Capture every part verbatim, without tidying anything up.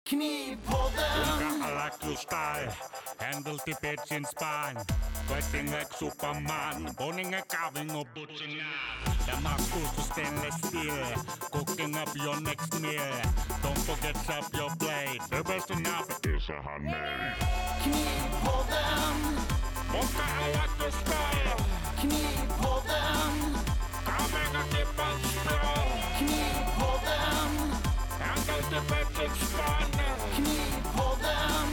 Knivpodden! I like your style. Handle the bitch in spine. Sweating like Superman. Boning a carving of butching. The muscles to stainless steel. Cooking up your next meal. Don't forget up your blade. The best enough is a honey. Knivpodden! Monka, I like your style. Knivpodden! Carving a dip and straw. Knivpodden! Handle the bitch in spine. Knivpodden!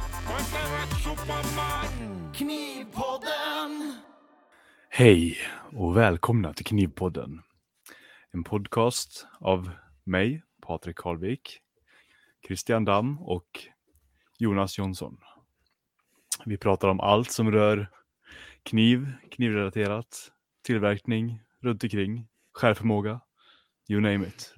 Knivpodden! Hej och välkomna till Knivpodden. En podcast av mig, Patrik Karlvik, Christian Damm och Jonas Jonsson. Vi pratar om allt som rör kniv, knivrelaterat, tillverkning, runt omkring, skärförmåga, you name it.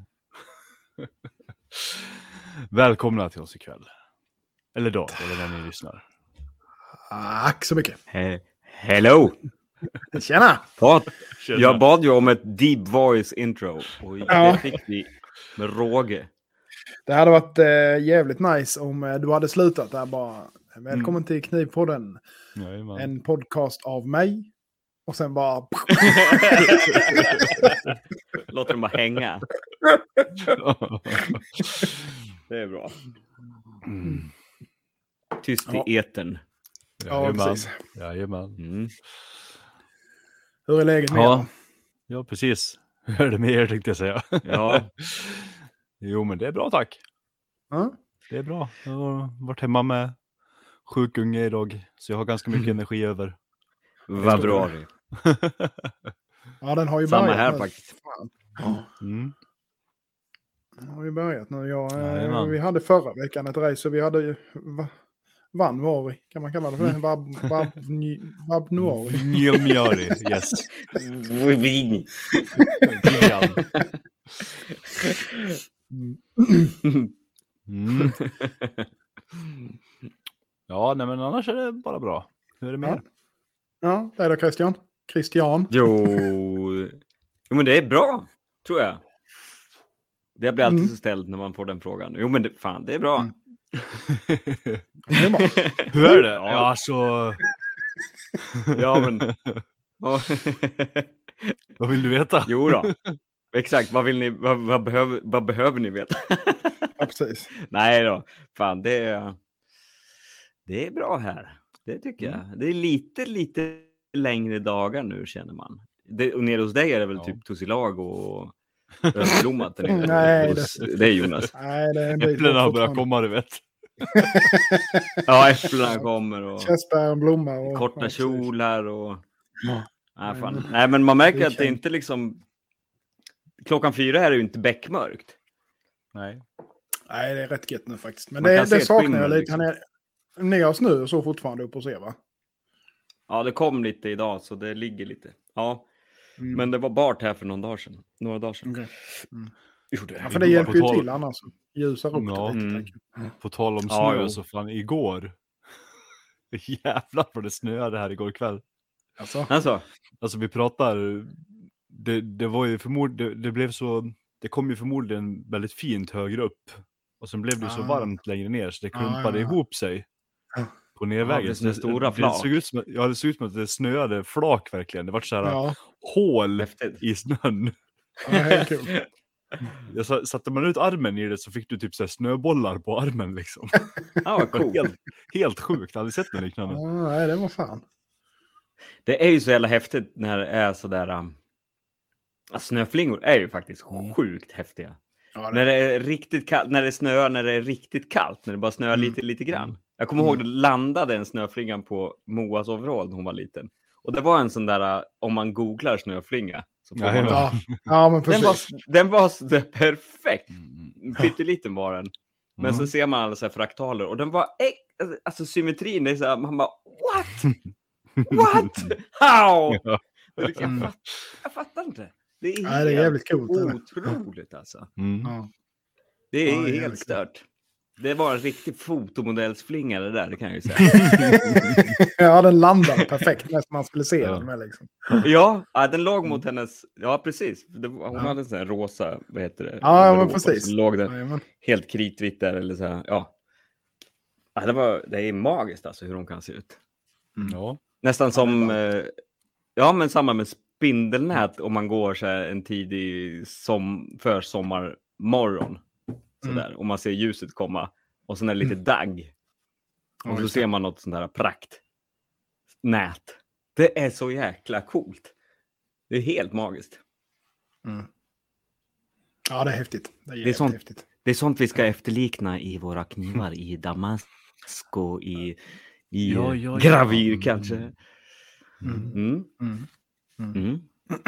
Välkomna till oss ikväll. Eller dag, eller när ni lyssnar. Tack så mycket. He- Hello! Tjena! Pat, Tjena. jag bad ju om ett deep voice intro och Ja. det fick vi med råge. Det hade varit eh, jävligt nice om eh, du hade slutat där bara. Välkommen Mm. till Knivpodden. Jajamän. En podcast av mig. Och sen bara... Låter dem bara hänga. Det är bra. Mm. Tyst Ja. i etern. Ja, Jajamän. precis. Jajamän. Mm. Hur är läget med Ja. er? Ja, precis. Hur är det med er, tänkte jag säga. Ja. Jo, men det är bra, tack. Ja? Det är bra. Jag har varit hemma med sjuk unge idag. Så jag har ganska mycket energi över. Vad bra det. Ja, den har ju Samma börjat här nu. faktiskt. Fan. Mm. Den har ju börjat nu. Ja, eh, Jajamän. vi hade förra veckan ett race så vi hade ju... Va, vann var vi. Kan man kalla det för det? Vab, vab, ny, vab noir. Mjölmjöri, yes. Vin. Viljan. Mm. Mm. Ja, nej, men annars är det bara bra. Hur är det med er? Ja, det är det Christian. Christian. Jo. jo, men det är bra, tror jag. Det blir alltid Mm. så ställt när man får den frågan. Jo, men det, fan, det är bra. Mm. Det är bra. Hur är det? Ja. Ja, alltså... Ja, men... Ja. Vad vill du veta? Jo då. Exakt, vad vill ni, vad, vad, behöver, vad behöver ni veta? Ja, precis. Nej då, fan det är, det är bra här. Det tycker Mm. jag. Det är lite, lite längre dagar nu känner man. Det, och nere hos dig är det väl Ja. typ tussilag och överblommat? där nere. Nej, Hos det är Jonas. Nej, det är en bit Äpplena har bort börjat fortfarande. komma, du vet. Ja, äpplena kommer och Körsbär, blomma och... korta ja, precis. kjolar och... Ja. Nej, fan. Mm. Nej, men man märker Det att det känns- inte liksom... Klockan fyra är det ju inte bäckmörkt. Nej. Nej, det är rätt gött nu faktiskt. Men Man det, kan se det ett saknar skimmer, jag lite. liksom. Han är, ni har snö och så fortfarande upp och se, va? Ja, det kom lite idag så det ligger lite. Ja, Mm. men det var bart här för någon dag sedan. Några dagar sedan. Okej. Mm. Jo, det Ja, är för det På hjälper ju tal- till annars. Ljusar upp Ja. det lite. Mm. tänker jag. På tal om Ja, snö jo. så fan igår. Jävlar vad det snöade här igår kväll. Alltså, Alltså, Alltså vi pratar, det, det var ju förmodligen, det, det blev så, det kom ju förmodligen väldigt fint högre upp. Och sen blev det så Ah. varmt längre ner så det Ah, klumpade ja, ja. ihop sig Ja. på Ja, nervägen. det Så är stora det, flak. såg ut som, ja, det såg ut som att det snöade flak verkligen. Det var så här ja. hål häftigt. i snön. Ja, det är kul. Jag sa- satte man ut armen i det så fick du typ så här snöbollar på armen liksom. Ja, vad coolt. Helt, helt sjukt, jag hade sett något liknande. Ja, nej, det var fan. Det är ju så jävla häftigt när det är sådär... Um, alltså, snöflingor är ju faktiskt Mm. sjukt häftiga. Ja, När det, det är riktigt kallt, när det snöar, när det är riktigt kallt, när det bara snöar Mm. lite, lite grann. Jag kommer ihåg det landade en snöflinga på Moas overall när hon var liten. Och det var en sån där, uh, om man googlar snöflinga. Så får Ja, man, ja. ja, men den, var, precis. den var så där perfekt. Mm. Pytteliten var den. Men Mm. så ser man alla så här fraktaler och den var, äk- alltså symmetrin, det är så här, man bara, what? What? How? Ja. Det är liksom, Mm. jag, fatt, jag fattar inte. Det är, Nej, det är jävligt coolt. Är det? otroligt alltså. Mm. Ja. Det är Ja, det är helt jävligt stört. Det var en riktig fotomodellsflinga det där, det kan jag ju säga. Ja, den landade perfekt när man skulle se Ja. den med liksom. Ja, ja, den låg mot hennes... Ja, precis. Det, hon Ja. hade en sån här rosa, vad heter det? Ja, men Overall, precis. så låg den Jajamän. helt kritvitt där, eller så här, ja. ja det, var, det är magiskt alltså hur de kan se ut. Ja. Nästan som... det Eh, ja, men samma med spindelnät om man går så här en tidig som, försommarmorgon. Sådär, Mm. och man ser ljuset komma. Och sen är det lite dagg. Ja, Och så just ser man något sånt där prakt. Nät. Det är så jäkla coolt. Det är helt magiskt. Mm. Ja, det är häftigt. Det är, Det är sånt- häftigt. Det är sånt vi ska efterlikna i våra knivar i damask och i, i Ja, ja, ja. gravyr Mm. kanske. Mm. Mm. Mm. Mm. Mm.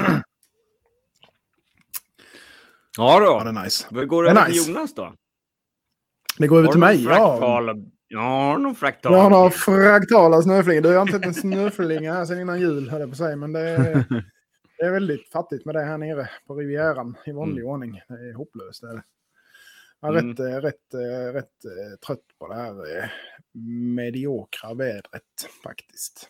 Ja Ja, då. det är nice. Vad går Det det är över till nice. Jonas då? Det går över Har till du mig. någon Ja. fraktal? Ja, någon fraktal. Jag har några fraktala snöflingor. Du har inte sett en snöflinga här sedan innan jul, höll jag på att säga. Men det är, det är väldigt fattigt med det här nere på Rivieran i vanlig Mm. ordning. Det är hopplöst. Det är det. Jag är Mm. rätt, eh, rätt, eh, rätt eh, trött på det här eh, mediokra vädret faktiskt.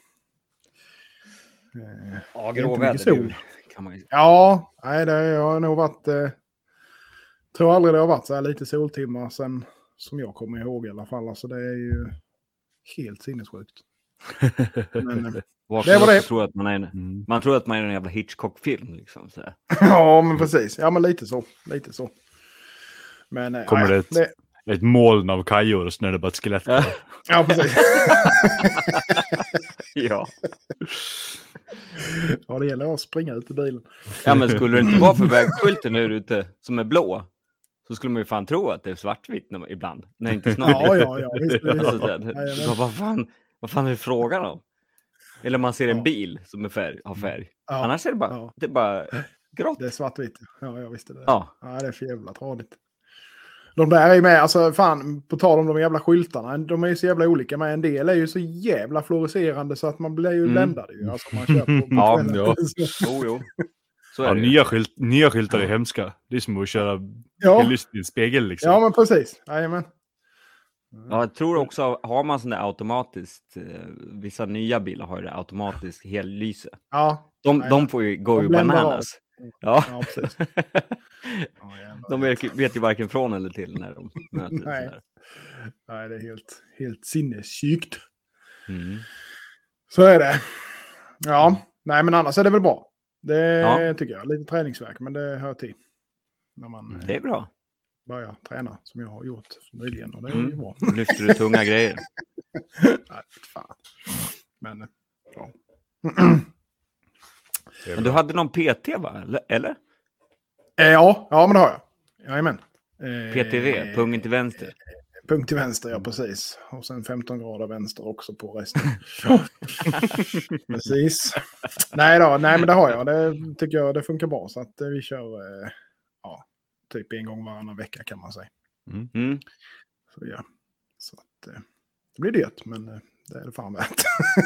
Eh, Ja, det är inte gråväder mycket sol. nu, kan man ju säga. Ja, nej, det har nog varit... Eh, tror aldrig det har varit så här lite soltimmar sen som jag kommer ihåg i alla fall. Alltså det är ju helt sinnessjukt. Men, eh, Vaknar Det var upp det. och tror att man är en, Mm. man tror att man är en jävla Hitchcock-film liksom. Så här. ja, men precis. Ja, men lite så. Lite så. Men, eh, Kommer ja, det ett- det... Ett moln av kajor och så är det bara ett skelett kvar. Ja, precis. Ja. Ja, det gäller att springa ut i bilen. ja, men skulle det inte vara för vägskylten här ute som är blå, så skulle man ju fan tro att det är svartvitt när man, ibland. När det inte är snö. Ja, ja, ja. Visst, visst. Alltså, det, Jajamän. så, vad, fan, vad fan är det frågan om? Eller man ser en Ja. bil som är färg, har färg. Ja, Annars är det bara, ja. det är bara grått. Det är svartvitt. Ja, jag visste det. Ja. Ja, det är för jävla tradigt. De där är ju med, alltså fan, på tal om de jävla skyltarna, de är ju så jävla olika, men en del är ju så jävla fluorescerande så att man blir ju Mm. bländad ju. Alltså man kör på, på Ja, kvällen. ja. Jo, jo. Så är Ja, det ju. nya, skylt, nya skyltar är hemska. Det är som att köra Ja, lyst i en spegel liksom. ja, men precis. Jajamän. Ja, jag tror också, har man sån där automatiskt, eh, vissa nya bilar har ju det automatiskt hellyse. Ja, De, Nej, de får ju, går de ju bländar bananas. Ja. ja, precis. Ja, jävlar. De vet, vet ju varken från eller till när de möter det Nej. sådär. Nej, det är helt, helt sinnessykt. Mm. Så är det. Ja, nej men annars är det väl bra. Det Ja. tycker jag. Lite träningsverk, men det hör till. När man Det är bra. börjar träna, som jag har gjort nyligen. Och det är Mm. ju bra. Lyfter du tunga grejer. Nej, fan. Men, eh, ja. Det är Men bra. du hade någon P T va? Eller? Eller? Eh, ja, ja, men det har jag. Jajamän. Eh, P T V, pungen till vänster. Punkt till vänster, ja precis. Och sen femton grader vänster också på resten. Precis. Nej då, nej men det har jag. Det tycker jag det funkar bra. Så att eh, vi kör eh, ja, typ en gång varannan vecka kan man säga. Mm. Så, ja. Så att, eh, det blir dyrt, men eh, det är det fan värt.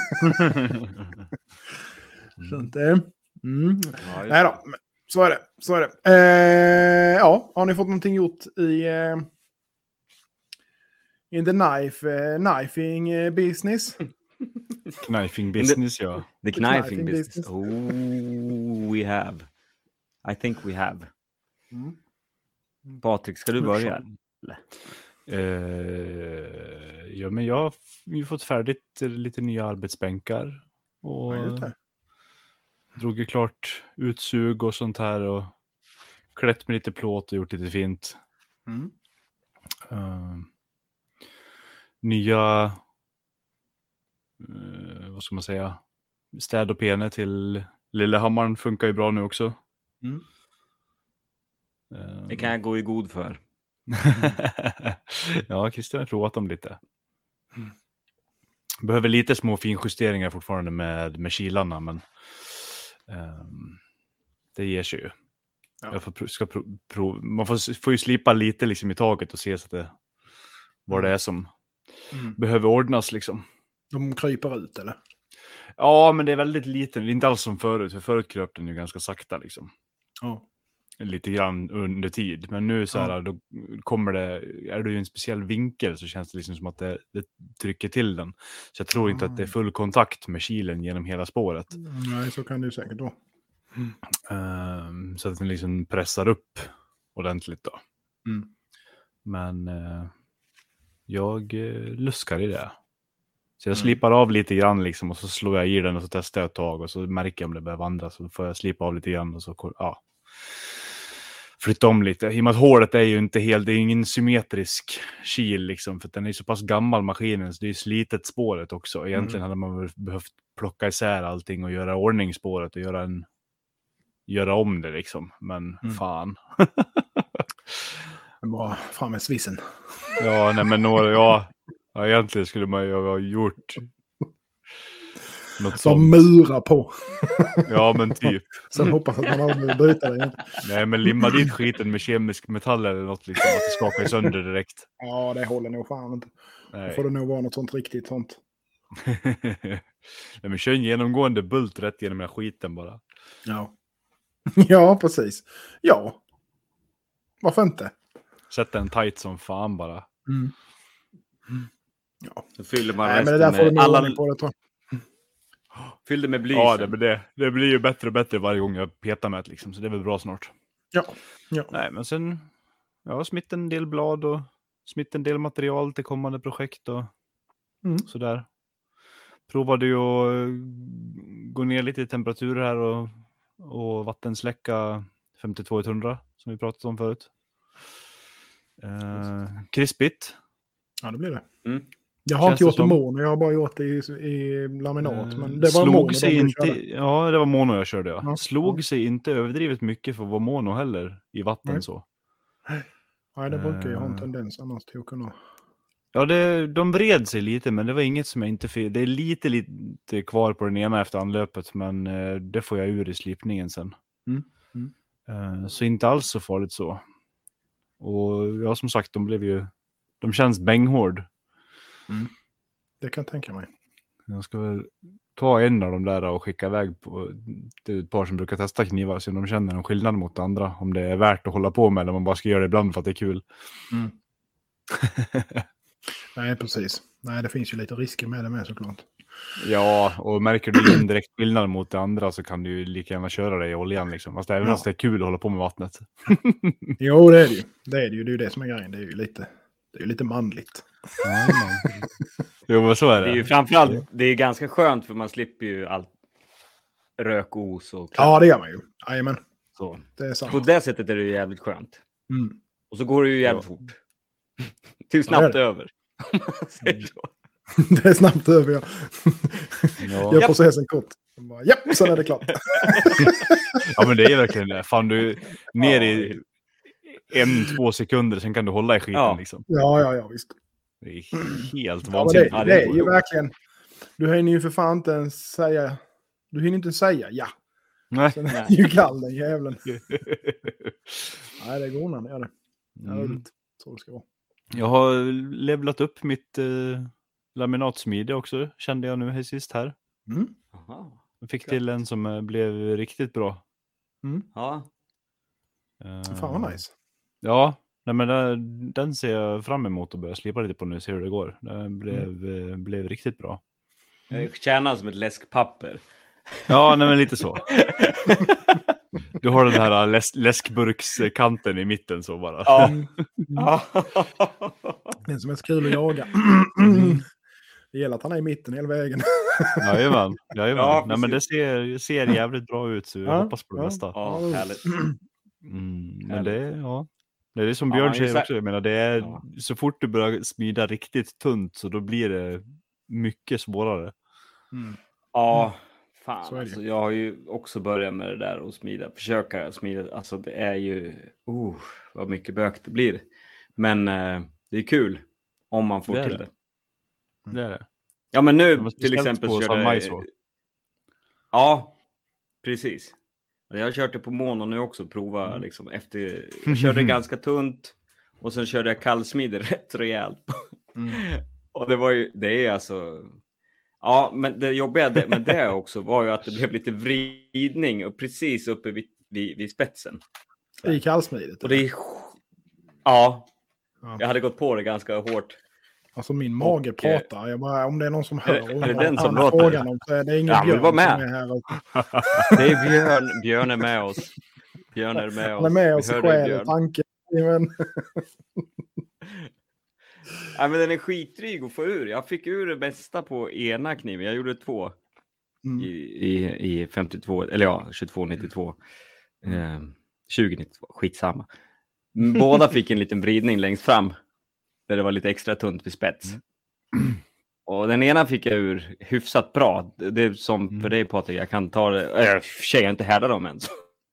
Så att, eh, mm. Ja, just Nej då, men så är det. Så är det. Eh, ja, har ni fått någonting gjort i eh, in the knife, eh, knifing eh, business? Knifing business, ja. The knifing knifing business. business. Oh, we have. I think we have. Mm. Patrik, ska du börja? Eh, ja, men jag har ju fått färdigt eh, lite nya arbetsbänkar. Och Ja, just det. drog ju klart utsug och sånt här. Och klätt med lite plåt och gjort lite fint. Mm. Eh, nya, eh, vad ska man säga, städ och pene till Lillehammaren funkar ju bra nu också. Mm. Eh, Det kan jag gå i god för. ja, Christian har provat dem lite. Mm. Behöver lite små finjusteringar fortfarande med, med kilarna, men ehm, det ger sig ju. Ja. Jag får, pro- ska pro, pro, man får, får ju slipa lite liksom i taget och se så att det, vad det är som Mm. behöver ordnas liksom. De kryper ut eller? Ja, men det är väldigt liten. Det är inte alls som förut, för förut kröp den ju ganska sakta liksom. Ja. lite grann under tid. Men nu så här, ja. Då kommer det, är du i en speciell vinkel så känns det liksom som att det, det trycker till den. Så jag tror inte mm. att det är full kontakt med kilen genom hela spåret. Nej, så kan det ju säkert vara. Mm. Um, så att den liksom pressar upp ordentligt då. Mm. Men uh, jag uh, luskar i det. Så jag mm. slipar av lite grann liksom och så slår jag i den och så testar jag ett tag och så märker jag om det börjar vandra så får jag slipa av lite grann och så ja. Flytta om lite. I och med att hålet är ju inte helt, det är ingen symmetrisk kil liksom för den är så pass gammal maskinen så det är slitet spåret också. Egentligen mm. hade man behövt plocka isär allting och göra ordning spåret och göra en göra om det liksom. Men mm. fan. Bara fram med svissen. Ja, nej men några, ja, ja, egentligen skulle man ju ha gjort något som mura på. Ja, men typ. Sen hoppas att man aldrig bryter det igen. Nej, men limma dit skiten med kemisk metall eller något liksom. Att det skakar sönder direkt. Ja, det håller nog fan inte. Nej. Då får det nog vara något sånt riktigt sånt. Nej, men kör en genomgående bult rätt genom den här skiten bara. Ja. Ja, precis. Ja. Varför inte? Sätta en tight som fan bara. Mm. Mm. Ja. Så fyller man Nej, resten men det där får med alla... på det, tror jag. Fyllde med bly. Ja, det, det, det blir ju bättre och bättre varje gång jag petar med det liksom, så det är väl bra snart. Ja. Ja. Nej, men sen ja, smitt en del blad och smitt en del material till kommande projekt och mm. sådär. Provade ju att gå ner lite i temperatur här och, och vattensläcka femtiotvå hundra som vi pratat om förut. Eh, krispigt. Ja, det blir det. Mm. Jag har Känns inte gjort det som... mono, jag har bara gjort det i, i laminat. Men det var Slog mono sig inte, ja, det var mono jag körde. Ja. Ja. Slog ja. sig inte överdrivet mycket för att vara mono heller i vatten. Nej. Så. Nej, det brukar ju ha en tendens annars till att kunna... Ja, det, de vred sig lite, men det var inget som jag inte fick. Det är lite, lite kvar på den ena efter anlöpet, men eh, det får jag ur i slipningen sen. Mm. Mm. Eh, så inte alls så farligt så. Och ja, som sagt, de blev ju... De känns bänghård. Mm. Det kan jag tänka mig. Jag ska väl ta en av dem där och skicka iväg på det är ett par som brukar testa knivar så de känner en skillnad mot andra. Om det är värt att hålla på med eller om man bara ska göra det ibland för att det är kul. Mm. Nej, precis. Nej, det finns ju lite risker med det med såklart. Ja, och märker du en direkt skillnad mot det andra så kan du ju lika gärna köra det i oljan liksom. Fast även ja. Fast det är kul att hålla på med vattnet. Jo, det är det ju. Det är det ju. Det är ju det som är grejen. Det är ju lite, det är ju lite manligt. Ja, jo, men så är det. Det är ju framförallt, det är ganska skönt för man slipper ju allt rökos och klart. Ja, det gör man ju. Jajamän. Så. Det är sant. På det sättet är det ju jävligt skönt. Mm. Och så går det ju jävligt ja. fort. Till snabbt ja, det det. över. Det är snabbt över, ja. ja. Gör processen kort. Bara, ja, så är det klart. Ja, men det är verkligen det. Fan, du ner i en, två sekunder, sen kan du hålla i skiten ja. liksom. Ja, ja, ja, visst. Det är helt ja, vansinnigt. Det, det är ju verkligen... Du hinner ju för fan inte ens säga... Du hinner inte säga ja. Nej. Sen är ju kall den jävlen. Nej, det går undan, det är det. Det är roligt. Så det ska vara. Jag har levlat upp mitt eh, laminatsmide också, kände jag nu här sist här. Mm. Jag fick till en som eh, blev riktigt bra. Mm. Ja. Uh, Fan vad nice. Ja, nej, men den, den ser jag fram emot att börja slipa lite på nu, se hur det går. Den blev, mm. eh, blev riktigt bra. Jag tjänar som ett läskpapper. Ja, nej, men lite så. Du har den här läs- läskburkskanten i mitten så bara. Ja. Mm. Det är som ett kul att jaga. Det gäller att han är i mitten hela vägen. Jajamän, jajamän. Ja, nej, men det ser, ser jävligt bra ut så jag ja, hoppas på det ja, bästa. Ja, härligt. Mm, men det, ja. Det är som Björn ja, säger också. Jag menar, det är, ja. Så fort du börjar smida riktigt tunt så då blir det mycket svårare. Mm. Ja, fan. Alltså, jag har ju också börjat med det där och smida. Försöka smida. Alltså det är ju... Oh, vad mycket bök det blir. Men eh, det är kul om man får det till det. det. Mm. Det är det. Ja, men nu till exempel körde jag... Ja, precis. Jag har kört det på mono nu också. Prova mm. liksom efter... Jag körde ganska tunt. Och sen körde jag kallsmider rätt rejält. Mm. Och det var ju... Det är alltså... Ja, men det jobbiga med det också var ju att det blev lite vridning och precis uppe vid, vid, vid spetsen. I kallsmidigt? Och det är... Ja. ja, jag hade gått på det ganska hårt. Alltså min mage och, pratar. Jag bara, om det är någon som hör. Är, är det den som låter? Frågan om, så är det ingen ja, Björn var med. som är här. Och... det är Björn. Björn är med oss. Björn är med oss. Han är med oss i själ och tanke. Men... ja, men den är skitdryg att få ur. Jag fick ur det bästa på ena kniven. Jag gjorde två. Mm. I, i, i femtiotvå, eller ja, tjugotvå nittiotvå. Mm. Eh, tjugo nittiotvå, skitsamma. Båda fick en liten vridning längst fram. Där det var lite extra tunt vid spets. Mm. Och den ena fick jag ur hyfsat bra. Det är som mm. för dig Patrik, jag kan ta det. Äh, tjej, jag inte härdar dem än.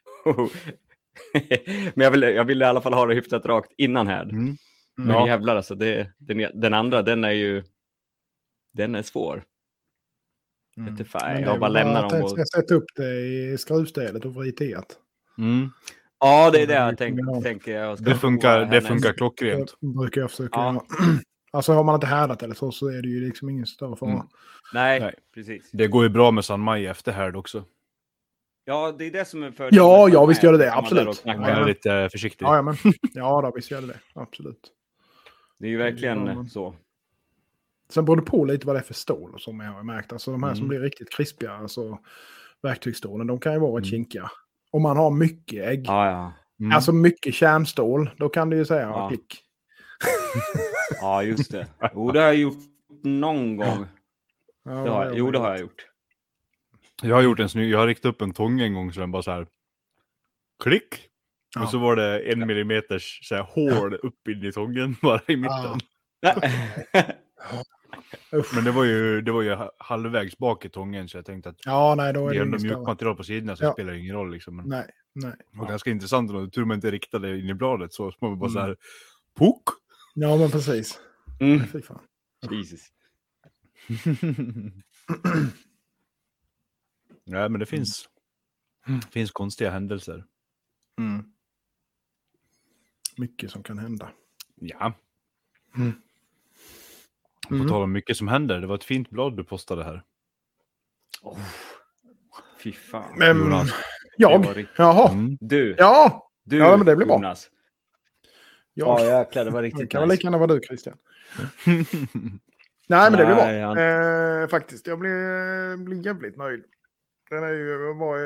Men jag ville jag vill i alla fall ha det hyfsat rakt innan härd. Mm. Men ja. Jävlar alltså, det, den, den andra, den är ju den är svår. Mm. Jag, fan, jag bara lämnar dem. Jag ska sätta upp det i skruvstädet och vrida i ett. Mm. Ja, det är det jag tänker. tänker jag det funkar, det funkar klockrent. Det brukar jag försöka ja. göra. Alltså har man inte härdat eller så, så är det ju liksom ingen större fara. Mm. Nej, Nej, precis. Det går ju bra med San Maj efter härd också. Ja, det är det som är för. Ja, ja, visst gör det det, absolut. Jag är lite försiktig. Ja, ja, men, ja då, visst gör det det, absolut. Det är ju verkligen ja, så. Sen beror det på lite vad det är för stål som jag har märkt. Alltså de här mm. som blir riktigt krispiga, alltså verktygsstålen, de kan ju vara mm. ett kinkiga. Om man har mycket ägg, ja, ja. Mm. alltså mycket kärnstål, då kan du ju säga ja. klick. Ja, just det. Jo, det har jag gjort någon gång. Ja, det har, jo, det har jag gjort. Jag har gjort en snygg, jag har riktat upp en tång en gång så den bara så här klick. Ja. Och så var det en millimeters så här hål upp in i tången bara i mitten. Ja. Men det var ju det var ju halvvägs bak i tången så jag tänkte att ja, nej, då är det ändå mjukt material på sidorna så ja. spelar det ingen roll liksom. Men nej, nej. Det var ja. ganska intressant och tur man inte riktade in i bladet så man bara mm. så här pok. Ja, men precis. Mm. Fy fan. Jesus. Ja, men det finns mm. finns konstiga händelser. Mm. Mycket som kan hända. Ja. Mm. På mm. tal om mycket som händer, det var ett fint blad du postade här. Oh. Fy fan. Men, Jonas. Jag? Riktigt... Jaha. Mm. Du. Ja. Du, ja, men det blir bra. Jonas. Ja, jäklar, det var riktigt. Det kan vara lika gärna vara du, Christian. Nej, men det blir bra. Jag... Eh, faktiskt, jag blir, blir jävligt nöjd. Den är ju var,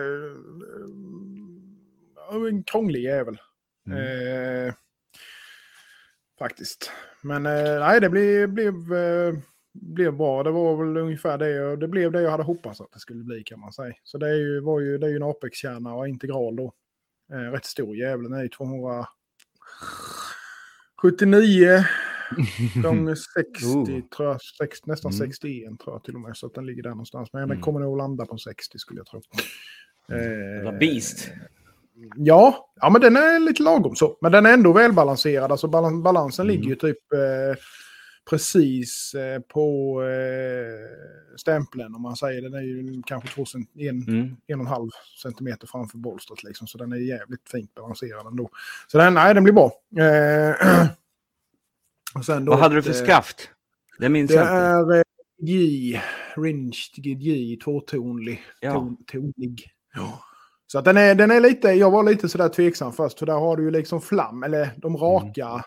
eh, en krånglig jävel. Mm. Eh, faktiskt. Men eh, nej, det blev, blev, eh, blev bra. Det var väl ungefär det. Det blev det jag hade hoppats att det skulle bli, kan man säga. Så det är ju, var ju, det är ju en Apex-kärna och integral då. Eh, rätt stor jävel. Den är ju tvåhundrasjuttionio gånger sextio, oh. tror jag. sex, nästan mm. sextioen tror jag till och med. Så att den ligger där någonstans. Men mm. den kommer nog landa på sextio skulle jag tro. Eh, Beast. Ja, ja, men den är lite lagom så. Men den är ändå välbalanserad. Alltså balans, balansen mm. ligger ju typ eh, precis eh, på eh, stämpeln om man säger. Den är ju kanske två cent, en, mm. en och en halv centimeter framför bolstret liksom. Så den är jävligt fint balanserad ändå. Så den, nej, den blir bra. Eh, och sen då vad hade du för skaft? Det minns det jag inte. är eh, G, Ringed G, tvåtonlig. Ja. Ton, tonlig. Ja. Så att den är, den är lite, jag var lite sådär tveksam först. För där har du ju liksom flam, eller de raka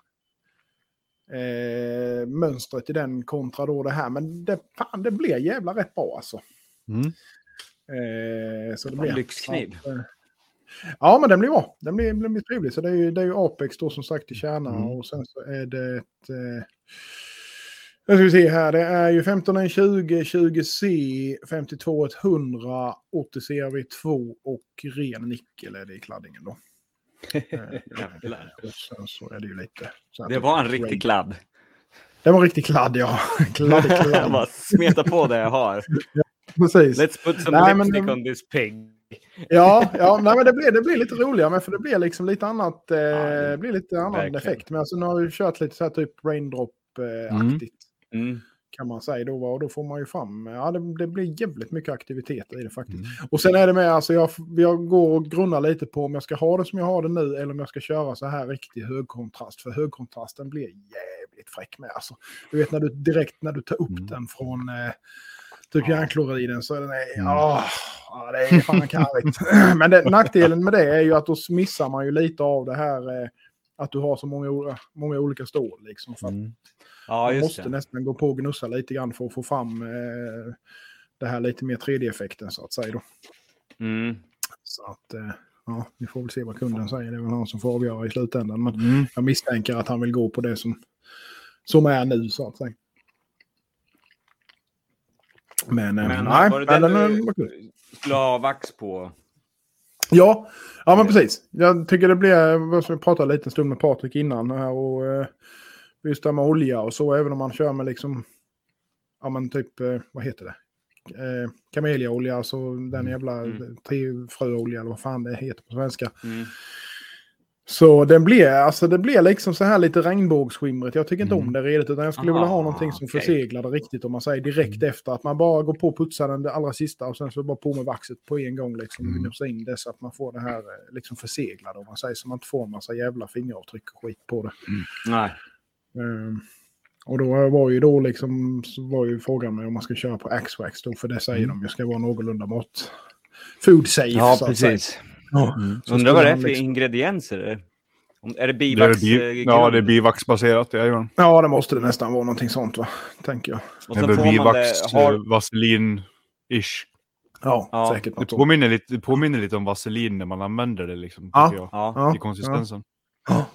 mm. eh, mönstret i den kontra då det här. Men det, fan, det blir jävla rätt bra alltså. Mm. Eh, så det blir lyxkniv. Ja, ja, men den blir bra. Den blir, den blir trevlig. Så det är ju, det är ju Apex då som sagt i kärnan. Mm. Och sen så är det ett... Eh, nu ska vi se här, det är ju femton tjugo, tjugo C, femtiotvå hundra, åttio C R V två och ren nickel är det i kladdingen då. Jävlar. Sen så är det ju lite... Det var en riktig kladd. Det var en riktig kladd, ja. Kladd, kladd. Jag bara smeta på det jag har. Ja, precis. Let's put some nej, lipstick men, on this pig. Ja, ja nej, men det blir, det blir lite roligare, men för det blir liksom lite annat, eh, ja, det blir lite annan verkligen. Effekt. Men alltså nu har vi kört lite så här typ raindrop-aktigt. Eh, mm. kan man säga då, och då får man ju fram, ja det, det blir jävligt mycket aktiviteter i det faktiskt. Mm. Och sen är det med, alltså jag, jag går och grunnar lite på om jag ska ha det som jag har det nu eller om jag ska köra så här riktig högkontrast, för högkontrasten blir jävligt fräck med alltså. Du vet när du direkt när du tar upp mm. den från eh, typ järnkloriden, så den är, mm. åh, ja, det är fan karigt. Men det, nackdelen med det är ju att då missar man ju lite av det här eh, att du har så många, många olika stål liksom. För mm. ja, man just måste det. nästan gå på och gnussa lite grann för att få fram eh, det här lite mer tre D-effekten så att säga då. Mm. Så att, eh, ja, vi får väl se vad kunden säger. Det är väl han som får avgöra i slutändan. Men Mm. jag misstänker att han vill gå på det som, som är nu så att säga. Men, Men, eh, nej, var det men den den, du skulle ha vax på? Ja, ja men precis. Jag tycker det blir, vi pratade lite en stund med Patrik innan här och eh, just det med olja och så, även om man kör med liksom, ja men typ, eh, vad heter det? Eh, kameliaolja, alltså den jävla mm. trefröolja eller vad fan det heter på svenska. Mm. Så den blir, alltså det blir liksom så här lite regnbågsskimret. Jag tycker inte mm. om det redigt, utan jag skulle Aha, vilja ha någonting som okay. förseglar det riktigt, om man säger direkt mm. efter. Att man bara går på och putsar den det allra sista och sen så bara på med vaxet på en gång liksom. Mm. Och in det så att man får det här liksom förseglade, om man säger, så man inte får en massa jävla fingeravtryck och skit på det. Mm. Nej. Um, och då var ju då liksom, så var ju frågan med om man ska köra på Axwax då, för det säger mm. de ju ska vara någorlunda mått food safe. Ja, så precis. Ja. Mm. Undrar vad det är för liksom ingredienser? Är det bivax? Det är bi- ja, det är bivaxbaserat. Ja, ja, det måste det nästan vara någonting sånt, va? Tänker jag. Och så det är bivax, har... vaselin-ish. Ja, ja, säkert. Det påminner, lite, det påminner lite om vaselin när man använder det, liksom, ja. tycker jag. Ja. I konsistensen. Ja,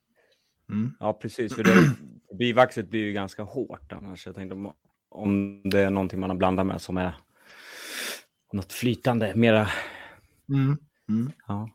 mm. ja precis. För det, bivaxet blir ju ganska hårt annars. Jag tänkte om, om det är någonting man har blandat med som är något flytande, mera... Mm. Mm. Ja.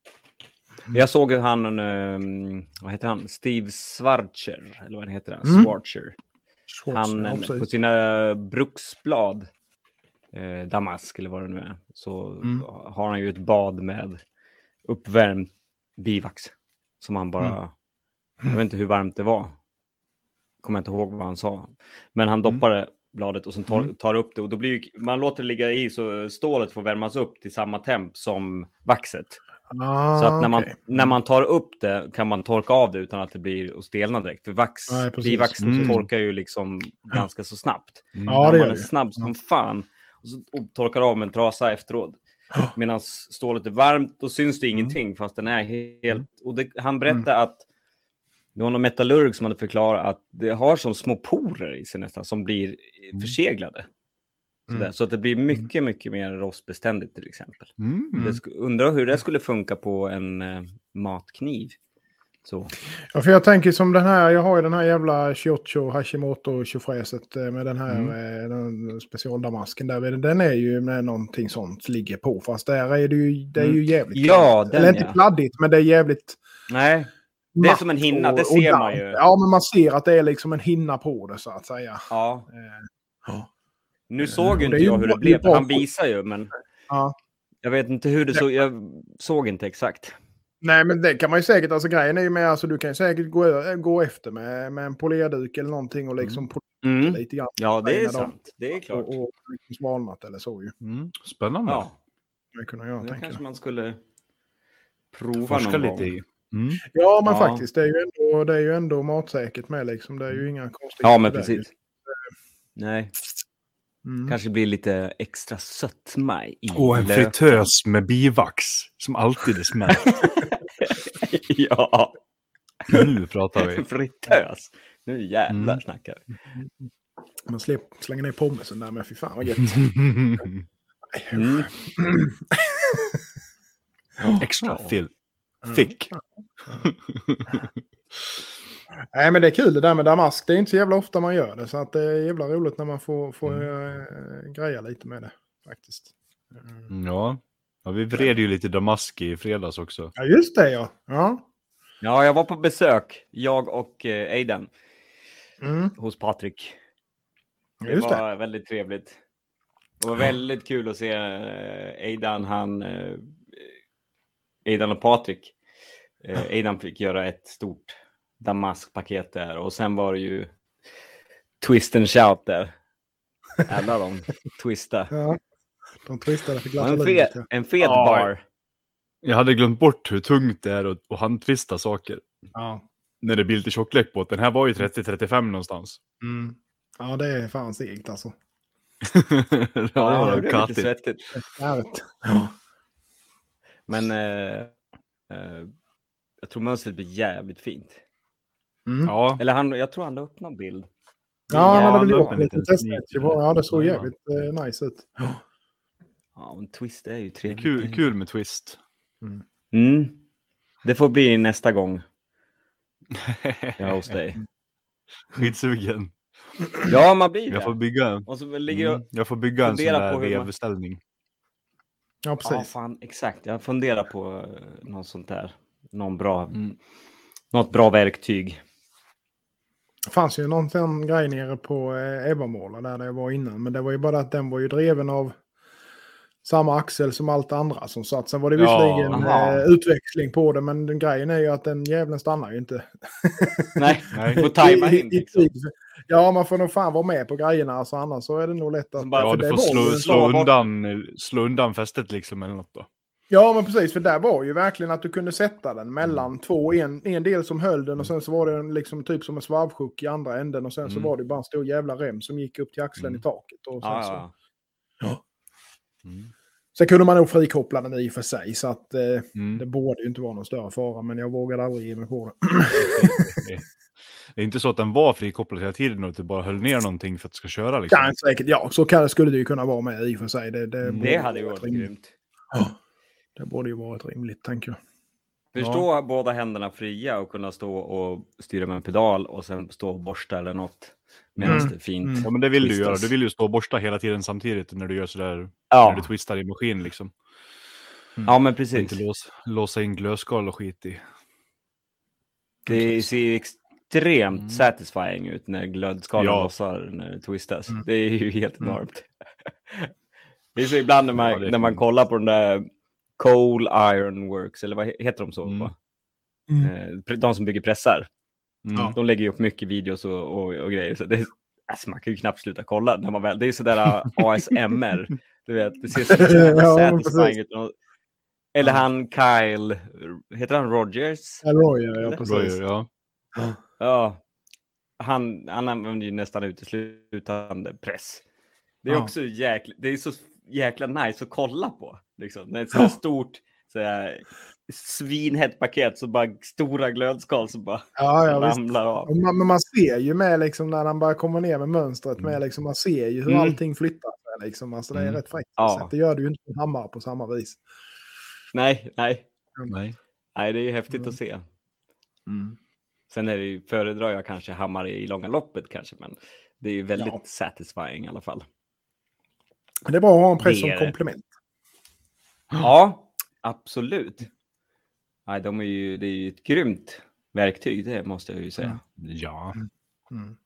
Jag såg han, um, vad heter han? Steve Schwarzer, eller vad heter han? Mm. Schwarzer. Han ja, på sina bruksblad, eh, damask eller vad det nu är, så mm. har han ju ett bad med uppvärmd bivax som han bara, mm. jag vet inte hur varmt det var. Kommer inte ihåg vad han sa. Men han doppade mm. bladet och sen tar, tar upp det, och då blir ju, man låter det ligga i så stålet får värmas upp till samma temp som vaxet. Ah, så att när man, okay. när man tar upp det kan man torka av det utan att det blir och stelna direkt. För vax, ah, bivax mm. torkar ju liksom ganska så snabbt. Mm. Ja, det man är är snabb som fan och, så, och torkar av med en trasa efteråt. Oh. Medan stålet är varmt, då syns det ingenting mm. fast den är helt... Och det, han berättade mm. att det var någon metallurg som hade förklarat att det har som små porer i sig nästan som blir mm. förseglade. Mm. Så att det blir mycket, mycket mer rostbeständigt till exempel. Mm. Det sk- undrar hur det skulle funka på en eh, matkniv. Så. Ja, för jag tänker som den här, jag har ju den här jävla Shiocho Hashimoto tjofräset med den här mm. eh, den specialdamasken där. Den är ju med någonting sånt ligger på, fast där är det ju, det är ju jävligt ja, den, eller inte ja. Pladdigt, men det är jävligt... Nej, det är som en hinna, det ser man ju. Ja, men man ser att det är liksom en hinna på det så att säga. Ja. Eh, ja. Nu såg ju inte jag hur det blev, han visar ju, men ja. jag vet inte hur det såg, jag såg inte exakt. Nej, men det kan man ju säkert, alltså grejen är ju med, alltså du kan ju säkert gå, gå efter med, med en polerduk eller någonting och liksom mm. lite grann. Ja, det är sant, det är klart. Och, och liksom svalnat eller så ju. Mm. Spännande. Ja. Det kunde jag det tänka kanske mig. man skulle prova Forska någon lite gång. i. Mm. Ja, men ja. faktiskt, det är, ju ändå, det är ju ändå matsäkert med liksom, det är ju inga konstigheter. Ja, men precis. Nej. Mm. Kanske blir lite extra sötma i Och en fritös med bivax som alltid är smält. Ja. Nu pratar vi. Fritös. Nu jävlar mm. snackar vi. Man släpp, slänger ner pommesen där med, fy fan vad gött. Mm. Extra fill. Thick. Nej, men det är kul det där med damask. Det är inte så jävla ofta man gör det. Så att det är jävla roligt när man får, får mm. äh, greja lite med det. Faktiskt. Mm. Ja. ja, vi vred ju lite damask i fredags också. Ja, just det ja. Ja, ja jag var på besök. Jag och eh, Aidan. Mm. Hos Patrik. Det just var det. väldigt trevligt. Det var väldigt kul att se eh, Aidan. Han, eh, Aidan och Patrik. Eh, Aidan fick göra ett stort damaskpaket där. Och sen var det ju twist and shout där. Alla de twista. Ja, de twistade för glatt en, fet, en fet ja. bar. Jag hade glömt bort hur tungt det är att, att handtvista saker. Ja. När det blir lite tjocklek på. Den här var ju trettio till trettiofem någonstans. Mm. Ja, det är fan segt alltså. det ja, det blev lite svettigt. Jag vet. Ja. Men eh, eh, jag tror mönstret blir jävligt fint. Mm. Ja. Eller han, jag tror han la upp någon bild. Ja, han hade väl gjort en liten testmatch. Ja, det såg jävligt eh, nice ut. Ja, men Twist är ju trevligt. Kul, kul med Twist. Mm. Mm. Det får bli nästa gång. Ja, hos dig. Skitsugen. Ja, man blir det. Jag får bygga, och så ligger jag, mm, jag får bygga en sån där vevbeställning. Man... Ja, precis. Ja, fan, exakt. Jag funderar på uh, något sånt där. Någon bra, mm. Något bra verktyg. Det fanns ju någon sån grej nere på eh, Evamåla där det var innan. Men det var ju bara att den var ju driven av samma axel som allt andra som satt. Sen var det visserligen ja, eh, utväxling på det. Men den grejen är ju att den jävlen stannar ju inte. Nej, du får tajma in. Liksom. Ja, man får nog fan vara med på grejerna. Alltså, annars så är det nog lätt att... Ja, du får slå, slå, undan, slå undan fästet liksom eller något då. Ja, men precis. För där var ju verkligen att du kunde sätta den mellan mm. två. En, en del som höll den och sen så var det en, liksom typ som en svarvsjuck i andra änden. Och sen mm. så var det bara en stor jävla rem som gick upp till axeln mm. i taket. Och sen ah, så... ja. Ja. Mm. Sen kunde man nog frikoppla den i för sig. Så att eh, mm. det borde ju inte vara någon större fara. Men jag vågade aldrig ge mig på det. Det är inte så att den var frikopplad hela tiden och att du bara höll ner någonting för att det ska köra liksom. Ja, säkert. Ja, så kan, skulle det ju kunna vara med i för sig. Det, det, mm. det hade ju varit grymt. Ja, det borde ju varit rimligt, tänker jag. Förstå ja. Båda händerna fria och kunna stå och styra med en pedal och sen stå och borsta eller något. Medan mm. det är fint. Mm. Ja, men det vill twistas. Du göra. Du vill ju stå och borsta hela tiden samtidigt när du gör sådär. Ja. När du twistar i maskin liksom. Mm. Ja, men precis. Inte låsa, låsa in glödskal och skit i. Det ser ju extremt mm. satisfying ut när glödskalan ja. lossar när det twistas. Mm. Det är ju helt enormt. Mm. Det är så ibland när man, ja, när man kollar på den där Coal Iron Works, eller vad heter de så? Mm. Mm. De som bygger pressar. Mm. De lägger ju upp mycket videos och, och, och grejer. Så det är, alltså man kan ju knappt sluta kolla när man väl. Det är sådär A S M R. Du vet, det ser så ja, satisfying ut. Eller han Kyle, heter han Rogers? Ja, Roger, ja, precis. Roger, ja. Ja. Han, han använder ju nästan uteslutande press. Det är ja. också jäkla, det är så jäkla nice att kolla på. Liksom. Det är ett så stort så här, svinhett paket så bara stora glödskal som bara ja, ja, ramlar av. Man, men man ser ju med liksom när han bara kommer ner med mönstret med liksom, man ser ju hur mm. allting flyttar sig liksom. Alltså det är mm. rätt fräckt. Ja. Det gör du ju inte med hammare på samma vis. Nej, nej. Mm. Nej. Nej, det är ju häftigt mm. att se. Mm. Sen är det ju, föredrar jag kanske hammare i långa loppet kanske, men det är ju väldigt ja. satisfying i alla fall. Det är bra att ha en press som komplement. Ja, absolut. Nej, de är ju, det är ju ett grymt verktyg, det måste jag ju säga. Mm. Ja. Mm. Mm.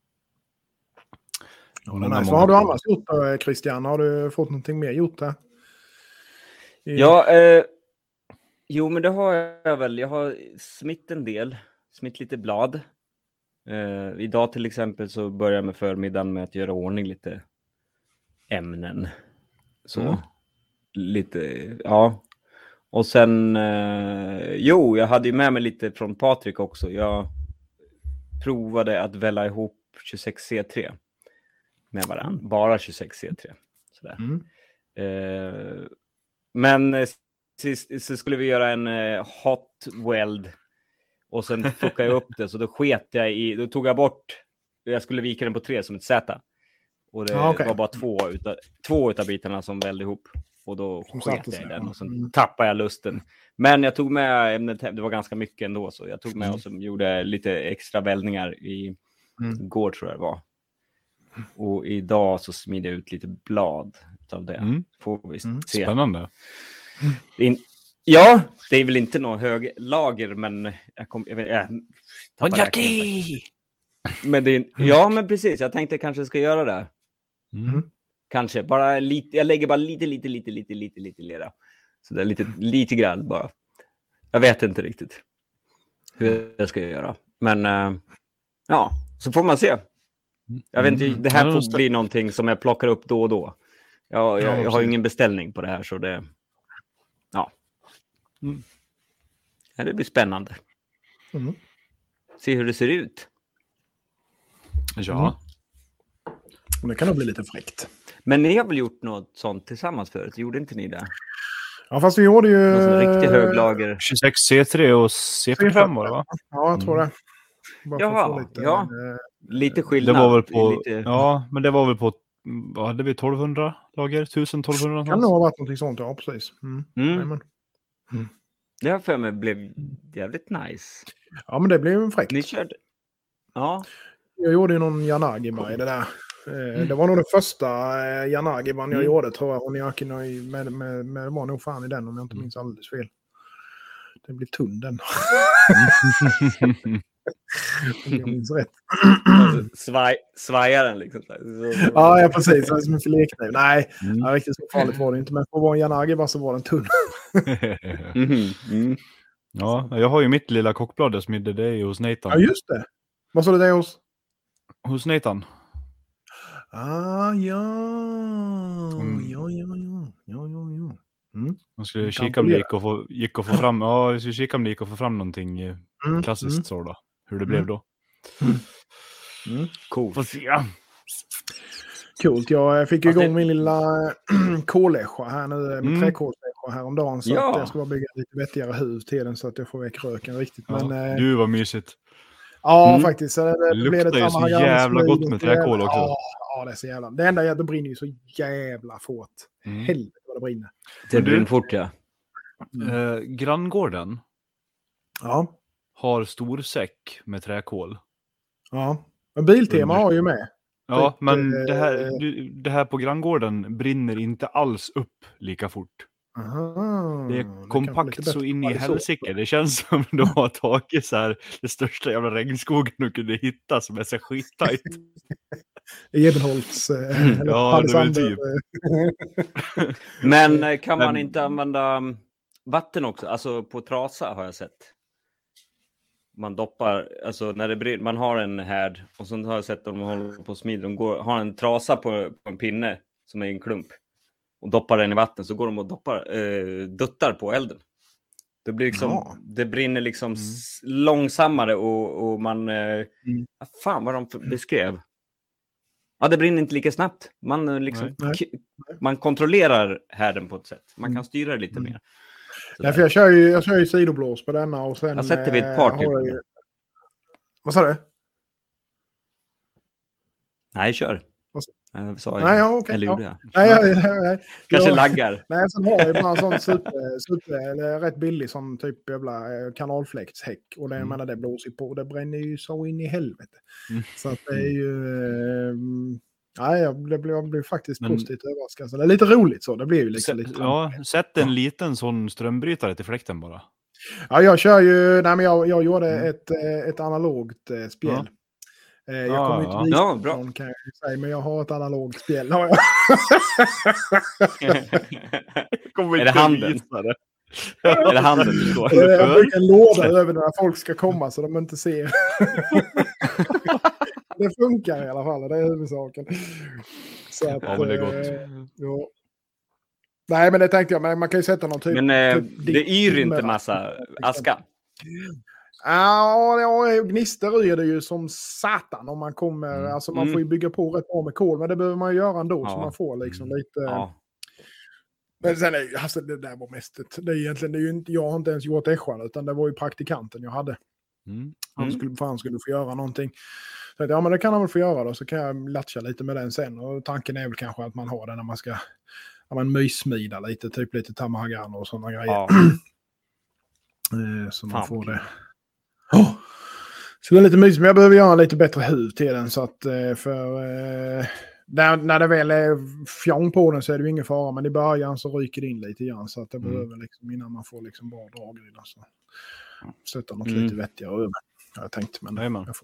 Ja, nice. Vad har du annars gjort då, Christian? Har du fått någonting mer gjort här? I... Ja, eh, jo men det har jag väl. Jag har smitt en del. Smitt lite blad. Eh, idag till exempel så börjar jag med förmiddagen med att göra ordning lite ämnen. Så. Mm. Lite, ja. Och sen, eh, jo, jag hade ju med mig lite från Patrik också. Jag provade att välla ihop tjugosex C tre med varandra. Mm. Bara tjugosex C tre. Sådär. Mm. Eh, men sist så skulle vi göra en eh, hot weld. Och sen fuckade jag upp det. Så då sket jag i, då tog jag bort, jag skulle vika den på tre som ett Z. Och det ah, okay. var bara två utav, två utav bitarna som välde ihop. Och då sket jag i den och sen mm. tappade jag lusten. Men jag tog med ämnet, det var ganska mycket ändå. Så jag tog med mm. och så gjorde lite extra väldningar i mm. går tror jag det var. Och idag så smidde jag ut lite blad av det. Mm. Får vi mm. se. Spännande. In, ja, det är väl inte någon hög lager, men jag kom... Jag, jag, jag men det är, ja, men precis. Jag tänkte kanske ska göra det. Mm. Kanske bara lite, jag lägger bara lite, lite, lite, lite, lite, lite lera. Så det är lite, lite grann bara. Jag vet inte riktigt hur jag ska göra. Men äh, ja, så får man se. Jag vet inte, det här får bli någonting som jag plockar upp då och då. Jag, jag, jag har ingen beställning på det här så det, ja. Mm. Ja, det blir spännande. Mm. Se hur det ser ut. Ja. Mm. Det kan nog bli lite fräckt. Men ni har väl gjort något sånt tillsammans förut? Gjorde inte ni det? Ja, fast vi gjorde ju... Någon riktigt höglager. tjugosex C tre och C fyrtiofem var det, va? Ja, jag tror det. Bara Jaha, lite, ja. eh, Lite skillnad. Det var väl på... Lite... Ja, men det var väl på... Vad hade vi? tolvhundra lager? tusen tolvhundra? Kan nog ha varit något sånt, ja, precis. Mm. Mm. Mm. Mm. Det här för mig blev jävligt nice. Ja, men det blev en fräckt. Ni körde... Ja. Jag gjorde ju någon Yanagiba i det där. Mm. Det var nog det första eh, Yanagiban jag Mm. gjorde, tror jag. Och Niaki med, med, med, med, det var nog fan i den, om jag inte minns alldeles fel. Det blir tunn den. Om jag minns rätt. Svaj, svajar den liksom. Ja, ja, precis. Det är som en filékniv. Nej, Mm. ja, riktigt så farligt var det inte. Men för att vara en Yanagiba så var den tunn. Mm. Mm. Ja, jag har ju mitt lilla kockblad där smidde det är ju hos Nathan. Ja, just det. Vad sa du det hos? Hos Nathan. Ah, ja. Mm. Ja, ja, ja. Ja, ja, ja. Mm. Man skulle Du kan kika om det polera. gick och få, gick och få fram, ja, jag skulle kika om det gick och få fram någonting eh, Mm. klassiskt Mm. så då. Hur det Mm. blev då. Mm. Coolt. Får se. Coolt. Jag fick ju Fast det- igång min lilla kolescha här nu. Min Mm. träkolsescha häromdagen. Så Ja. att jag ska bara bygga lite vettigare hus till den så att jag får väck röken riktigt. Ja, Men, eh, du, vad mysigt. ja, Mm. faktiskt. Så det, det, Det blev luktar ett ju så Tamahagami jävla smid gott och med så jävla- träkol också. Ja, ja, det är så jävla. Det enda är att det brinner ju så jävla fort. Mm. Helvete vad det brinner. Det Men du- brinner fort, ja. Eh, granngården Ja, har stor säck med träkol. ja. Men Biltema Under- har ju med. Ja, Typ, men eh, det här, du- det här på granngården brinner inte alls upp lika fort. Aha, Det är kanske kompakt lite så bättre in i kvalitet. helsike. Det känns som de har tagit så här det största jävla regnskogen de kunde hitta som är så skittajt. Ebenholts. Eh, Mm. eller Ja, Paddy det är väl Sandberg, typ. eh, Men eh, kan man Men- inte använda um, vatten också? Alltså på trasa har jag sett. Man doppar, alltså när det brinner, man har en härd och så har jag sett att de håller på smid, de går, har en trasa på, på en pinne som är en klump och doppar den i vatten, så går de och doppar, eh, duttar på elden. Det blir liksom, Ja. det brinner liksom Mm. s- långsammare och, och man, eh, Mm. vad fan vad de för- beskrev. Ja, det brinner inte lika snabbt. Man eh, liksom, Nej. k- man kontrollerar härden på ett sätt. Man kan Mm. styra det lite Mm. mer. Nej, för jag kör ju, jag kör ju sidoblås på denna och sen... Jag sätter vid ett eh, par har jag typ. ju- Vad sa du? Nej, kör. Vad sa- Jag sa jag. Nej, ja, okej. Eller ja. gjorde jag? Nej, nej, nej, nej. Kanske jag, laggar. Nej, sen har jag ju bara en sån super, super, eller rätt billig som typ jävla eh, kanalfläktshäck. Och det, Mm. menar, det blåser ju på. Det bränner ju så in i helvete. Mm. Så att det är ju... Eh, nej, jag blev, jag blev faktiskt Men- positivt överraskad. Så det är lite roligt så. Det blir ju liksom Sätt, lite... ja, sätt en liten sån strömbrytare till fläkten bara. Ja, jag kör ju... Nej, men jag, jag gjorde Mm. ett, eh, ett analogt eh, spel. Ja. Eh, Jag Ja, kommer ju inte ja. visa Ja, bra. någon, kan jag ju säga, men jag har ett analogt spel. Har jag. Kommer Är det handen? visa det. Är det handen du står? Eh, Jag brukar en låda över när folk ska komma så de inte ser. Det funkar i alla fall, det är huvudsaken. Så att, Ja, men det är gott. eh, ja. Nej, men det tänkte jag, men man kan ju sätta någon typ... Men eh, typ det yr inte dimmer. massa aska. Ja, ja, gnistor är det ju som satan om man kommer. Mm. Alltså man Mm. får ju bygga på rätt bra med kol, men det behöver man ju göra ändå så Ja. man får liksom Mm. lite... Ja. Men sen är ju, alltså det där var mest ett, det är egentligen, det är ju inte, jag har inte ens gjort äschan utan det var ju praktikanten jag hade. Mm. Han Mm. skulle, för han skulle få göra någonting. Så att, ja, men det kan han väl få göra då, så kan jag latcha lite med den sen. Och tanken är väl kanske att man har den när man ska, när man myssmida lite, typ lite Tamahagami och sådana grejer. Ja. Eh, så man Fan, får vad det. Oh. Så det är lite mysigt, men jag behöver göra lite bättre hud till den så att eh, för eh, när, när det väl är fjong på den så är det ju ingen fara, men i början så ryker det in lite grann så att det Mm. behöver liksom innan man får liksom bra drag i det. Så sätta något Mm. lite vettigare över. Har jag tänkt, men Jajamän. jag får.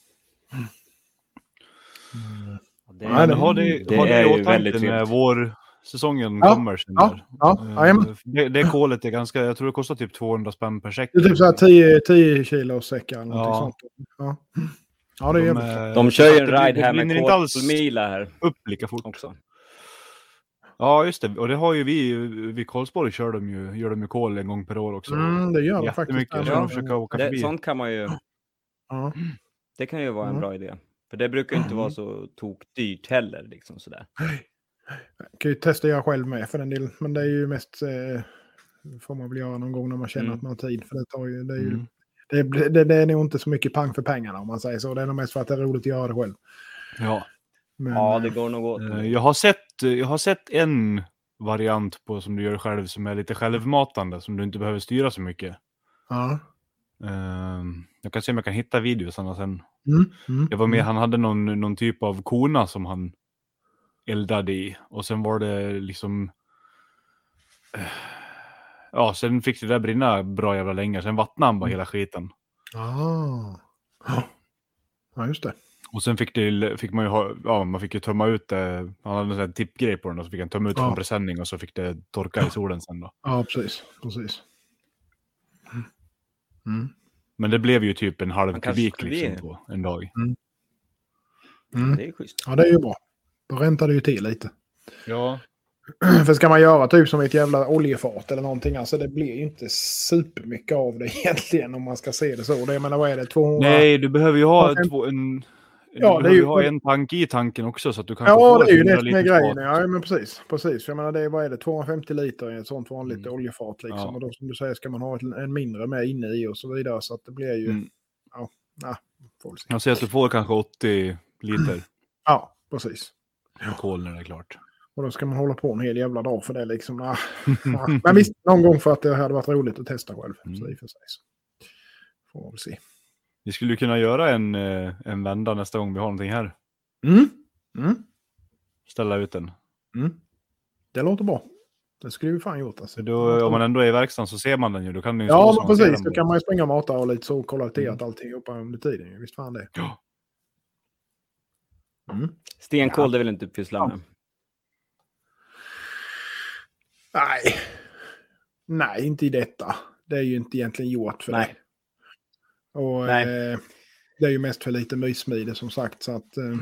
Det, Nej, Men har det, det har det är i ju åtanke väldigt när trevligt. vårsäsongen Ja, kommer sen ja, där. ja, Eh, jajamän. det, det kolet är ganska, jag tror det kostar typ tvåhundra spänn per säck. Det är typ så här tio, tio kilo säckar eller någonting Ja. sånt. Ja. Ja, det är jävligt. eh, De kör ju en det blir- ride här det med brinner inte alls kolmila här upp lika fort. också. Ja, just det. Och det har ju vi, vid Karlsborg kör de ju, gör de ju kol en gång per år också. Mm, det gör de faktiskt. Jättemycket. Jag Ja. ska nog försöka åka Det, förbi. sånt kan man ju, Ja. det kan ju vara en Mm. bra idé. För det brukar ju inte Mm. vara så tokdyrt heller. Liksom sådär. Jag kan ju testa jag själv med för den delen. Men det är ju mest... Eh, får man väl göra någon gång när man känner mm. att man har tid. För det, tar ju, det, är ju, mm. det, det, det är nog inte så mycket pang för pengarna om man säger så. Det är nog mest för att det är roligt att göra det själv. Ja, men, ja det går nog åt. Jag har sett, jag har sett en variant på som du gör själv som är lite självmatande. Som du inte behöver styra så mycket. Ja. Um, jag kan se om jag kan hitta videosarna sen. Mm. Mm. Jag var med, han hade någon, någon typ av kona som han eldade i. Och sen var det liksom... Uh, ja, sen fick det där brinna bra jävla länge. Sen vattnade han bara hela skiten. Ah. Ja, just det. Och sen fick, det, fick man ju ha, ja, man fick ju tömma ut det. Han hade en sån här tippgrej på den och så fick han tömma ut ja. från presenning och så fick det torka i solen sen då. Ja, precis. Precis. Mm. Men det blev ju typ en halv kubik liksom på en dag. Mm. Mm. Det är schysst. Ja, det är ju bra. Då räntar det ju till lite. Ja. För ska man göra typ som ett jävla oljefat eller någonting, alltså det blir ju inte supermycket av det egentligen om man ska se det så. Det, jag menar, vad är det? tvåhundra... Nej, du behöver ju ha två, en... Ja, du det är ju ha en tank i tanken också så att du kan ja, få det är ju det som är grejen. Fat. Ja, men precis. Precis. För jag menar, det är, vad är det? tvåhundrafemtio liter i ett sånt vanligt mm. oljefat liksom. Ja. Och då som du säger ska man ha ett, en mindre med inne i och så vidare. Så att det blir ju... Mm. Ja, ja, får jag säger att du får kanske åttio liter. Ja, precis. Kol när det är klart. Och då ska man hålla på en hel jävla dag för det liksom. Ah, ah. Men visst, någon gång för att det hade varit roligt att testa själv. Mm. Så i och för sig så. Får vi se. Vi skulle kunna göra en, en vända nästa gång vi har någonting här. Mm. Mm. Ställa ut den. Mm. Det låter bra. Det skulle vi fan gjort. Alltså. Då, om man ändå är i verksamheten så ser man den ju. Då kan den ju ja, men precis. Då kan man ju springa och mata och lite så och kolla till att allting är uppe under tiden. Visst fan det. Ja. Mm. Stenkol, ja. Det vill inte pyssla med. Nej. Nej, inte i detta. Det är ju inte egentligen gjort för Nej. det. Och Nej. Eh, det är ju mest för lite mysmide som sagt. Så att... Eh,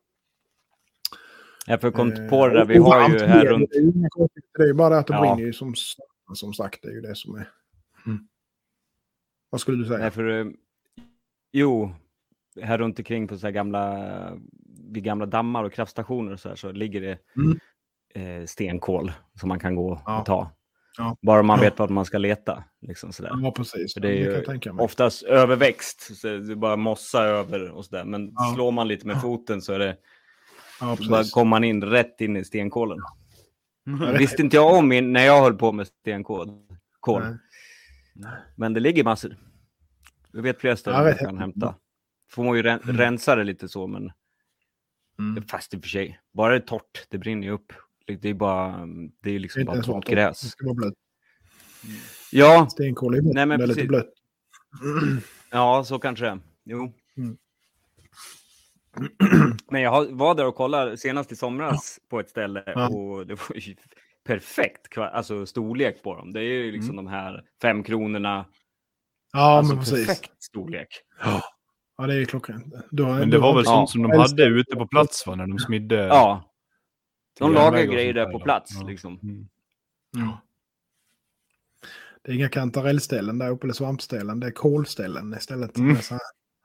jag får kommit på det där. Vi har ju här runt... Det är, det är ju bara det att det ja. brinner ju som, som sagt. Det är ju det som är... Mm. Vad skulle du säga? Nej, för, jo, här runt omkring på så här gamla... vid gamla dammar och kraftstationer och så här så ligger det mm. eh, stenkol som man kan gå ja. och ta. Ja. Bara man vet vad man ska leta. Liksom sådär. Ja, precis. För det är ju oftast överväxt. Så det är bara mossa över och sådär. Men ja. slår man lite med foten så är det ja, bara kommer man in rätt in i stenkolen. Mm. Visste inte jag om in, när jag höll på med stenkol. Kol. Nej. Nej. Men det ligger massor. Jag vet flera ställen ja, man kan hämta. Får man ju ren- mm. rensa det lite så, men mm. fast i och för sig. Bara det är torrt, det brinner ju upp. Det är bara, det är liksom det är bara torrt gräs. Det ska vara blött. Ja. Stenkol är Nej, men väldigt blött. Mm. Ja, så kanske det. Jo. Mm. Men jag var där och kollade senast i somras ja. på ett ställe ja. och det var ju perfekt alltså storlek på dem. Det är ju liksom mm. de här fem kronorna. Ja, alltså men precis. Perfekt storlek. Ja. Ja, det är klockrent. Men det var väl sånt ja. som de hade ute på plats va, när de smidde. Ja. De lagar grejer där på plats ja. liksom. Mm. Ja. Det är inga kantarellställen där uppe eller svampställen. Det är kolställen istället. Mm. Exakt.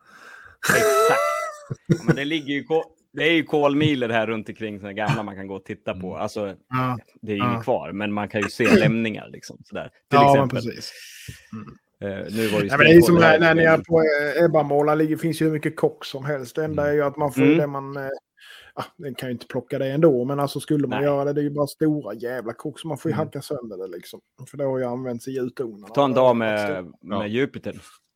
Ja, men det ligger ju det är ju kolmiler här runt omkring såna gamla man kan gå och titta på. Alltså ja. det är ju ja. kvar men man kan ju se lämningar liksom sådär. Till ja, exempel. precis. Mm. Uh, nu var det ju ja, men det är som här, när ni är på Ebbamåla ligger finns ju hur mycket kock som helst. Det enda är ju att man får mm. det man eh, ah, den kan ju inte plocka det ändå, men alltså skulle man Nej. göra det, det är ju bara stora jävla kock så man får ju mm. hacka sönder det liksom. För det har ju använts i gjutonerna. Ta en dag med, med ja. Jupiter.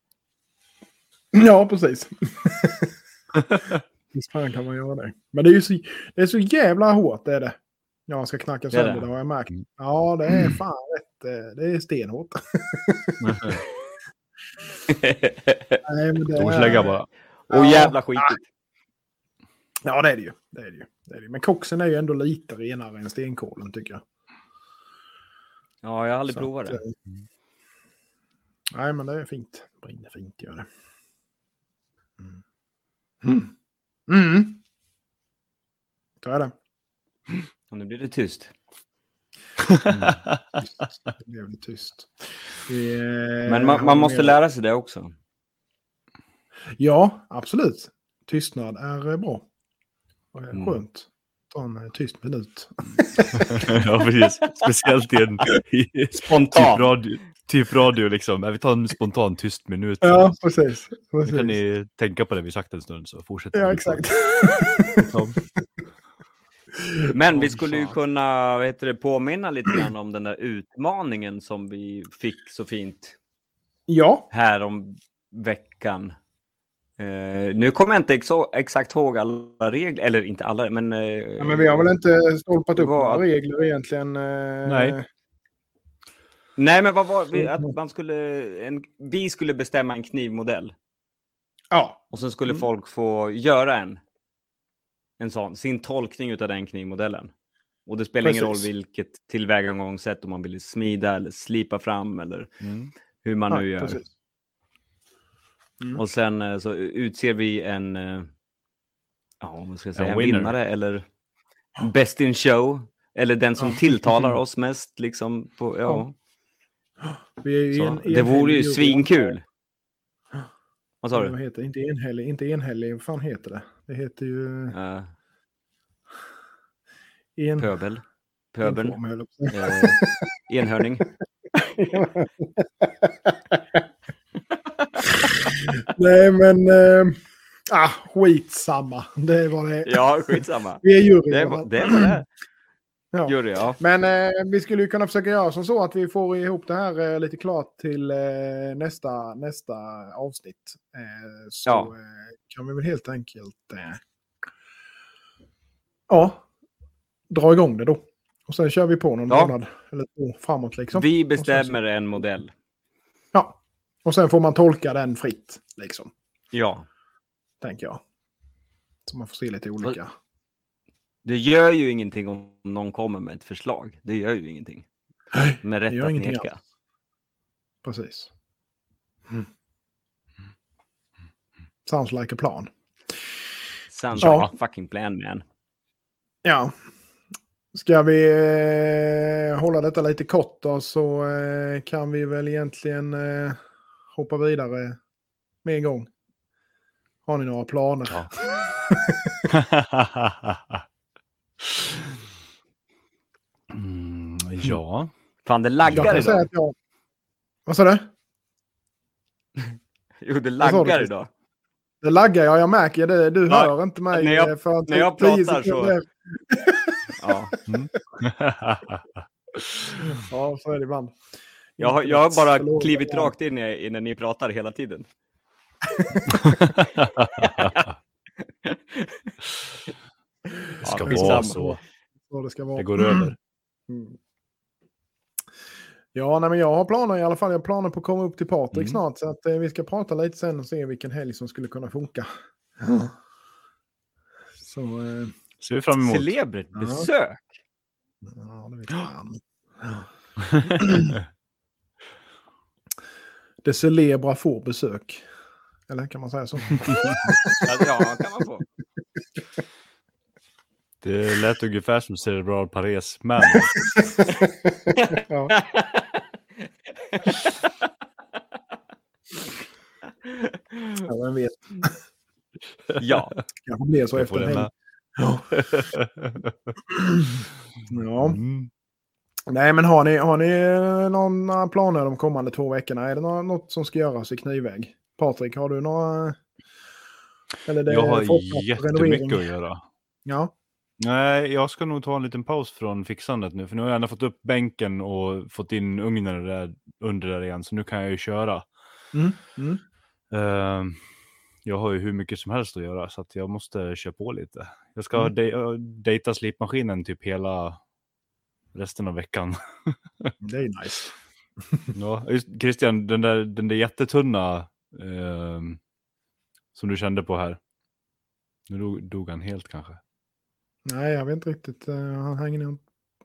Ja, precis. Visst fan kan man göra det. Men det är ju så, det är så jävla hårt det är det. Ja, man ska knacka sönder det, det. det har jag märkt. Ja, det är fan rätt. Det är stenhårt. Nej, men det är... bara. Och jävla skitigt. Ja, det är det ju. Det är det ju. Det är det. Men koxen är ju ändå lite renare än stenkolen tycker jag. Ja, jag har aldrig så provat att, det. Nej, men det är fint. Det brinner fint, gör det. Mm. Mm. Mm. Tror jag det. Och nu blir det tyst. Mm. Det blev lite tyst. Det, men man, man måste lära sig det också. Ja, absolut. Tystnad är bra. Och är mm. skönt. ta en tyst minut. Ja, precis. Speciellt i en i, Spontan. Typ radio, typ radio liksom. Vi tar en spontan tyst minut. Ja, precis. precis. Nu kan ni tänka på det vi sagt en stund så fortsätter Ja, vi. exakt. Men vi skulle ju kunna vad heter det, påminna lite grann om den där utmaningen som vi fick så fint Ja. här om veckan. Uh, nu kommer jag inte ex- exakt ihåg alla regler, eller inte alla, men... Uh, ja, men vi har väl inte stolpat upp var... några regler egentligen. Uh... Nej. Nej, men vad var vi? Att man skulle, en, vi skulle bestämma en knivmodell. Ja. Och sen skulle Mm. folk få göra en. En sån, sin tolkning av den knivmodellen. Och det spelar Precis. ingen roll vilket tillvägagångssätt, om man vill smida eller slipa fram eller Mm. hur man Ja, nu gör. precis. Mm. Och sen så utser vi en, ja, vad ska jag säga, En en winner. vinnare eller best in show. Eller den som Ja. tilltalar oss mest. Liksom på, ja. Vi är ju Så. en, Det vore ju enhällig- svinkul. Vad sa Vad du? heter det? Inte enhällig, inte enhällig. Vad fan heter det? Det heter ju... Uh, En... pöbel. Pöbeln. Inform, höll jag på att säga. Uh, enhörning. Nej, men... Äh, ah, skitsamma. Det var det. Ja, skitsamma. Vi är jury. Det var det. Var det. Ja. Jury, ja. Men eh, vi skulle ju kunna försöka göra som så att vi får ihop det här eh, lite klart till eh, nästa, nästa avsnitt. Eh, så Ja. eh, kan vi väl helt enkelt eh, ja, dra igång det då. Och sen kör vi på någon Ja. månad eller två framåt liksom. Vi Och bestämmer sen, en modell. ja, och sen får man tolka den fritt liksom, Ja. tänker jag. Så man får se lite olika. Det gör ju ingenting om någon kommer med ett förslag. Det gör ju ingenting. Nej, Med rätt det gör att ingenting neka. alls. Precis. Sounds like a plan. Sounds Ja. like a fucking plan, man. Ja. Ska vi eh, hålla detta lite kort då, så eh, kan vi väl egentligen eh, hoppa vidare med en gång. Har ni några planer? Ja. mm, ja. Fan, det Jag laggar kan säga idag. att jag... Vad sa du? Jo, det Vad sa laggar du? idag. Det laggar jag, jag märker det. Du Ja, hör inte mig. när jag- eh, för att när jag tio pratar så- sekunder- Ja. Mm. Ja, så är det ibland. Jag, har, jag har bara Förlåt. klivit rakt in i, när ni pratar hela tiden. Det ska skitsamma. vara så. Så det ska vara. Det går över. Mm. Ja, nej, men jag har planer i alla fall. Jag har planer på att komma upp till Patrik Mm. snart. Så att eh, vi ska prata lite sen och se vilken helg som skulle kunna funka. Så, eh, Ser vi fram emot. Celebert Ja. besök. ja, det vet jag. Det celebra får besök. Eller kan man säga så? Alltså, ja, kan man få. Det lät ungefär som cerebral pares, men Ja. Ja, vem vet. Ja. Kanske blir så jag efter får en den helg. med. Ja. Mm. Nej, men har ni, har ni eh, några planer de kommande två veckorna? Är det nå- något som ska göras i knivväg? Patrik, har du några... Eller det Jag har fortsatt jättemycket renovering? att göra. Ja. Nej, jag ska nog ta en liten paus från fixandet nu. För nu har jag ändå fått upp bänken och fått in ugnen där under där igen. Så nu kan jag ju köra. Mm. Mm. Uh, jag har ju hur mycket som helst att göra. Så att jag måste köra på lite. Jag ska Mm. de- dejta slipmaskinen typ hela resten av veckan. Det är nice. Ja, just, Christian, den där, den där jättetunna eh, som du kände på här. Nu dog, dog han helt kanske. Nej, jag vet inte riktigt. Uh, han hänger nog...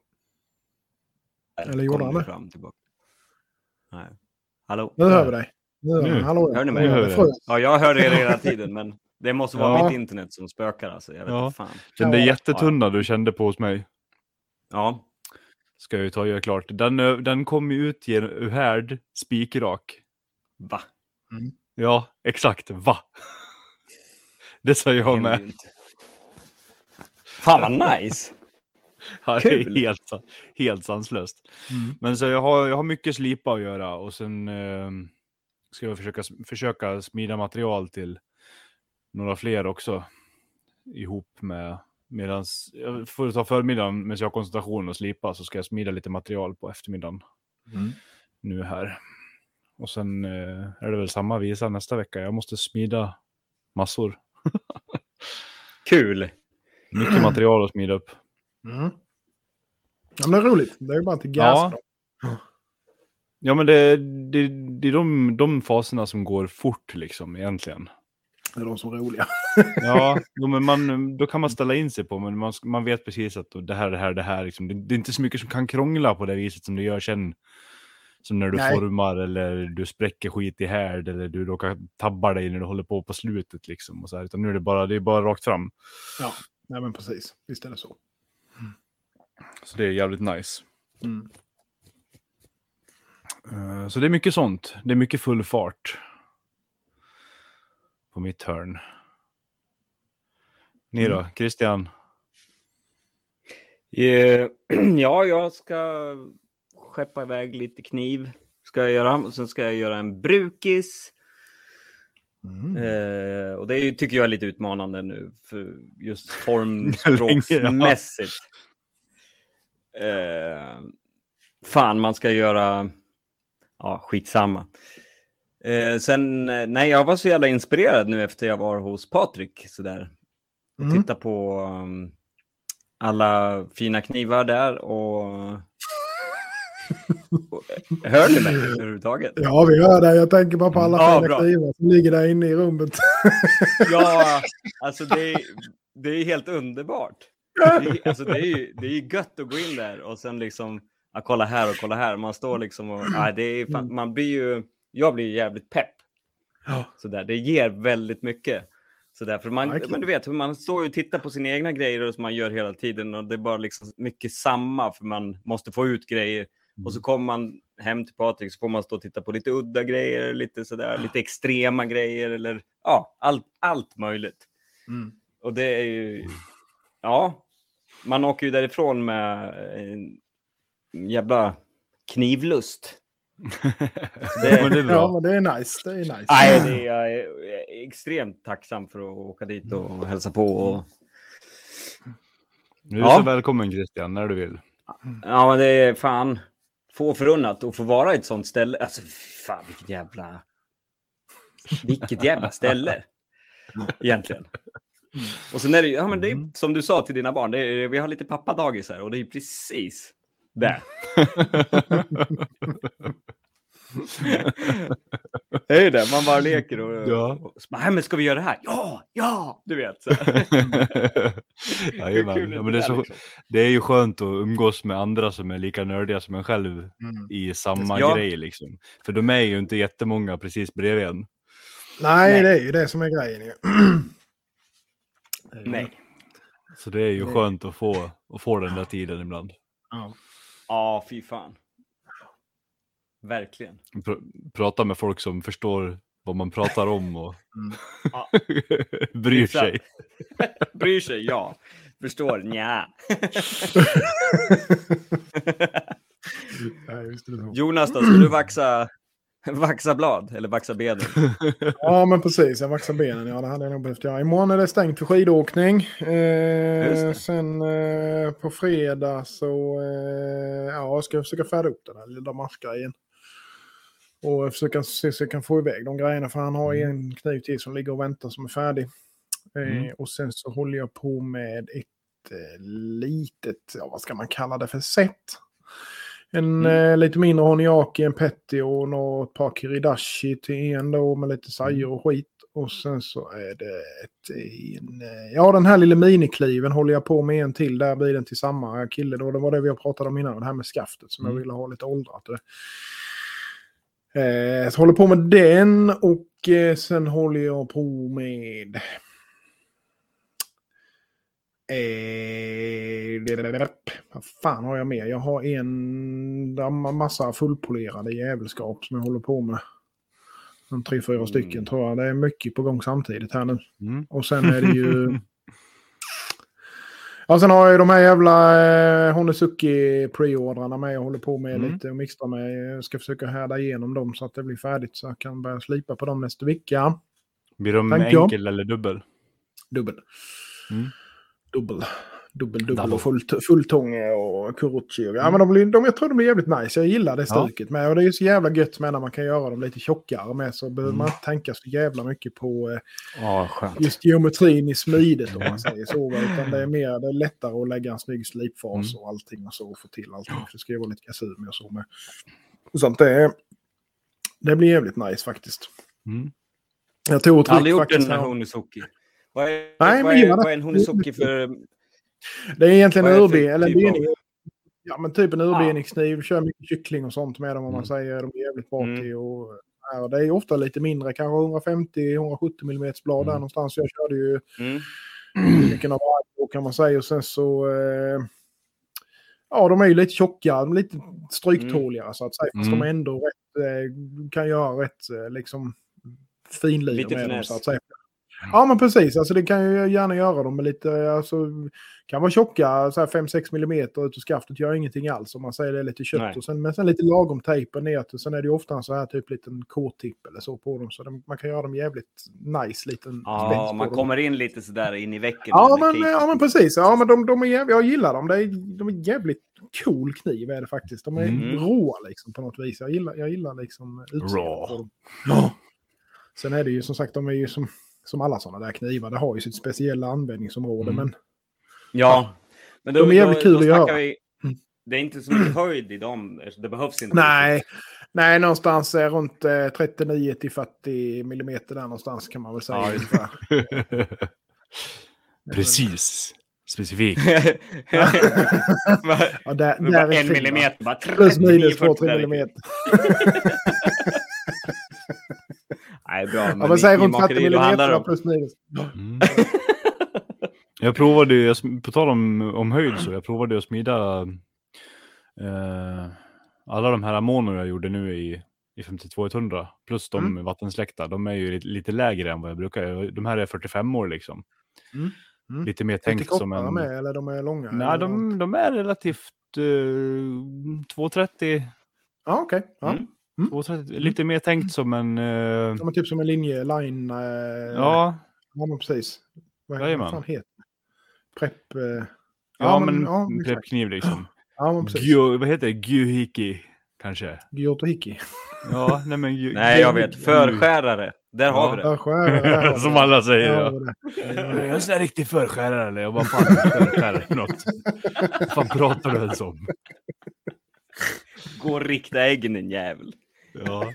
Eller gjorde han Kommer det? fram tillbaka. Nej. Hallå? Nu hör vi dig. Nu, Nu. Hallå, Hör ni nu mig? hör Nu vi hör frö. Ja, jag hör er hela tiden, men det måste vara Ja. mitt internet som spökar alltså. Jag vet Ja. inte fan. Den där Ja. jättetunna du kände på hos mig. Ja. Ska jag ju ta och göra klart. Den, ö, den kom ju ut genom ur härd, spikrak. Va? Ja, exakt. Va? Det sa jag Händer med. ju inte. Fan vad nice. Ja, det är helt, helt sanslöst. Mm. Men så jag har, jag har mycket slipa att göra och sen eh, ska jag försöka, försöka smida material till några fler också. Ihop med, medans jag får ta förmiddagen medan jag har koncentration och slipa, så ska jag smida lite material på eftermiddagen. Mm. Nu här. Och sen eh, är det väl samma visa nästa vecka. Jag måste smida massor. Kul! Mycket material att smida upp. Mm. Ja, men det är roligt. Det är ju bara till gas. Ja. Ja, men det, det, det är de, de faserna som går fort liksom egentligen. Det är de som är roliga. Ja, då, men man, då kan man ställa in sig på, men man, man vet precis att det här, det här, det här. Liksom, det, det är inte så mycket som kan krångla på det viset som det gör sen. Som när du Nej. formar eller du spräcker skit i härd eller du råkar tabba dig när du håller på på slutet liksom. Och så här. Utan nu är det bara, det är bara rakt fram. Ja, nej men precis. Visst är det så. Mm. Så det är jävligt nice. Mm. Uh, så det är mycket sånt. Det är mycket full fart. På mitt hörn. Ni då, mm. Christian? Yeah. Ja, jag ska skeppa iväg lite kniv. Ska jag göra. Och sen ska jag göra en brukis. Mm. Eh, och det är, tycker jag är lite utmanande nu. För just formspråksmässigt. eh, fan, man ska göra... Ja, skitsamma. Eh, sen, nej, jag var så jävla inspirerad nu efter jag var hos Patrik. Sådär. Och mm. titta på um, alla fina knivar där. Och... Hör ni mig överhuvudtaget? Ja, vi hör det. Jag tänker bara på alla ja, fina bra. knivar som ligger där inne i rummet. Ja, alltså det är, det är helt underbart. Det är, alltså det är ju det är gött att gå in där och sen liksom ja, kolla här och kolla här. Man står liksom och ja, det är fan, man blir ju jag blir jävligt pepp. Ja. Så där, det ger väldigt mycket. Så därför man okay. men du vet hur man står och tittar på sina egna grejer som man gör hela tiden och det är bara liksom mycket samma för man måste få ut grejer. Och så kommer man hem till Patrik så får man stå och titta på lite udda grejer, lite sådär, lite extrema grejer eller ja, allt, allt möjligt. Mm. Och det är ju, ja, man åker ju därifrån med en jävla knivlust. Det, men det är bra. Ja, men det är nice, det är nice. Nej, det är, jag är extremt tacksam för att åka dit och hälsa på. Och... Nu är du ja. så välkommen Christian, när du vill. Ja, men det är fan... få förunnat och få vara i ett sånt ställe. Alltså, fan, vilket jävla... Vilket jävla ställe. Egentligen. Och sen är det ju, ja men det är som du sa till dina barn, det är, vi har lite pappadagis här och det är precis där. Det är ju det, man bara leker och... Ja. och, och så, men ska vi göra det här? Ja, ja, du vet. Så. Ja, ja, men det, är så, liksom. Det är ju skönt att umgås med andra som är lika nördiga som en själv mm. i samma ja. grej liksom. För de är ju inte jättemånga precis bredvid en. Nej, Nej. det är ju det som är grejen ju. Nej. Så det är ju skönt att få, att få den där tiden ibland. Ja, ja fy fan. Verkligen. Pr- prata med folk som förstår vad man pratar om och mm. ja. bryr sig. Bryr sig, ja. Förstår, nja. Jonas då, ska du vaxa, vaxa blad eller vaxa benen? Ja, men precis. Jag vaxar benen. Ja, det hade jag nog behövt göra. Imorgon är det stängt för skidåkning. Eh, sen eh, på fredag så eh, ja, ska jag försöka färda upp den här lilla maskgrejen. Och försöka se så jag kan få iväg de grejerna. För han har mm. en kniv till som ligger och väntar som är färdig. Mm. Eh, och sen så håller jag på med ett eh, litet, ja, vad ska man kalla det för, set. En mm. eh, lite mindre honiaki, en petti och något par kiridashi till en då med lite sajor och skit. Och sen så är det ett, en, ja, den här lilla minikliven håller jag på med en till. Där blir den till samma kille då. Det var det vi har pratat om innan. Det här med skaftet som mm. jag ville ha lite åldrat. Eh, så håller på med den och eh, sen håller jag på med eh, vad fan har jag med? Jag har en massa fullpolerade jävelskap som jag håller på med. En tre, fyra stycken mm. tror jag. Det är mycket på gång samtidigt här nu. Mm. Och sen är det ju Ja, sen har jag ju de här jävla eh, Honesuki pre-ordrarna med. Jag håller på med Mm. lite och mixar med. Jag ska försöka härda igenom dem så att det blir färdigt så jag kan börja slipa på dem nästa vecka. Blir de Tänkte jag. enkel eller dubbel? Dubbel. Mm. Dubbel. Dubbel, dubbel Double. och full, fulltånge och kuruchi. Och, ja, men de blir, de, jag tror de blir jävligt nice. Jag gillar det Ja. stuket med. Och det är ju så jävla gött med när man kan göra dem lite tjockare med. Så behöver Mm. man inte tänka så jävla mycket på eh, Ja, skönt. just geometrin i smidet om man säger så. Utan det är mer det är lättare att lägga en snygg slipfas Mm. och allting och så. Och få till allting. För det ska ju vara lite kasumi och så med. Och sånt det, är- det blir jävligt nice faktiskt. Mm. Jag tog och Jag har aldrig tryck gjort en faktiskt. här. Honesuki. Vad är, Nej, vad men är, gillar det. vad är en Honesuki för... Det är egentligen Vad en är det för urben, eller en typ av- bening. Ja, men typ en urbeningskniv. Kör mycket kyckling och sånt med dem om man Mm. säger. De är jävligt bra Mm. till. Och, ja, det är ofta lite mindre, kanske hundrafemtio till hundrasjuttio millimeter blad där Mm. någonstans. Jag körde ju Mm. mycket av varje kan man säga. Och sen så... Eh, ja, de är ju lite tjockare, lite stryktåligare så att säga. Fast Mm. de är ändå rätt, eh, kan göra rätt eh, liksom finlir Lite med dem finess. så att säga. Ja, men precis. Alltså, det kan ju gärna göra dem med lite, alltså, kan vara tjocka, så här fem sex millimeter ut ur skaftet, gör ingenting alls om man säger det är lite kött. Nej. Och sen, men sen lite lagom tejper ner till, sen är det ju ofta en så här typ liten K-tipp eller så på dem. Så de, man kan göra dem jävligt nice, liten Ja, spets på man dem. kommer in lite sådär in i väcken. Ja med men, cake. ja, men precis. Ja, men de, de är jävligt, jag gillar dem. Det är, de är jävligt cool kniv är det faktiskt. De är Mm. råa liksom på något vis. Jag gillar, jag gillar liksom utseendet Raw. på dem. Ja. Sen är det ju som sagt, de är ju som, som alla sådana där knivar. Det har ju sitt speciella användningsområde. Mm. Men Ja, men då, De är jävligt då, kul då att snackar göra. vi... Det är inte så mycket höjd i dem. Det behövs inte. nej, nej, någonstans eh, runt eh, trettionio till fyrtio millimeter där någonstans kan man väl säga. Ja, ungefär. Precis. Specifikt. Ja, där, Men där bara är en fin, va? millimeter. Bara Plus minus två tre där är millimeter. Nej, bra. Ja, men säg runt trettio makeri, då handlar det millimeter om... plus minus. Mm. Jag provade ju, jag sm- på tal om, om höjd så, jag provade att smida eh, alla de här monor jag gjorde nu i, i femtiotvå etthundra plus de Mm. vattensläckta, de är ju lite, lite lägre än vad jag brukar. De här är fyrtiofem år liksom. Mm. Mm. Lite mer Lite tänkt som kortare en... med, eller de är långa? Nej, eller de, vad? de är relativt uh, tvåhundratrettio, Ja, okej. Ja. Mm. tvåhundratrettio, lite mer tänkt som en... eh, De är typ som en linje, line. Eh, ja, ja, men precis. Vad, Jajamän. vad fan heter det? Prepp. Eh, ja, ja, men, ja, men exakt. preppkniv liksom. Ja, men precis. Gyo, vad heter det? Gyuhiki kanske? Gyotohiki. Ja, nej men... gyu- Nej, jag vet. Förskärare. Där har vi det. Ja, skär, där har vi Som det. alla säger. Ja, Ja. det. Jag är en sån där riktig förskärare eller? Jag bara, fan är förskärare för något? Vad fan pratar du ens om? Gå och rikta äggen, din jävel. Ja.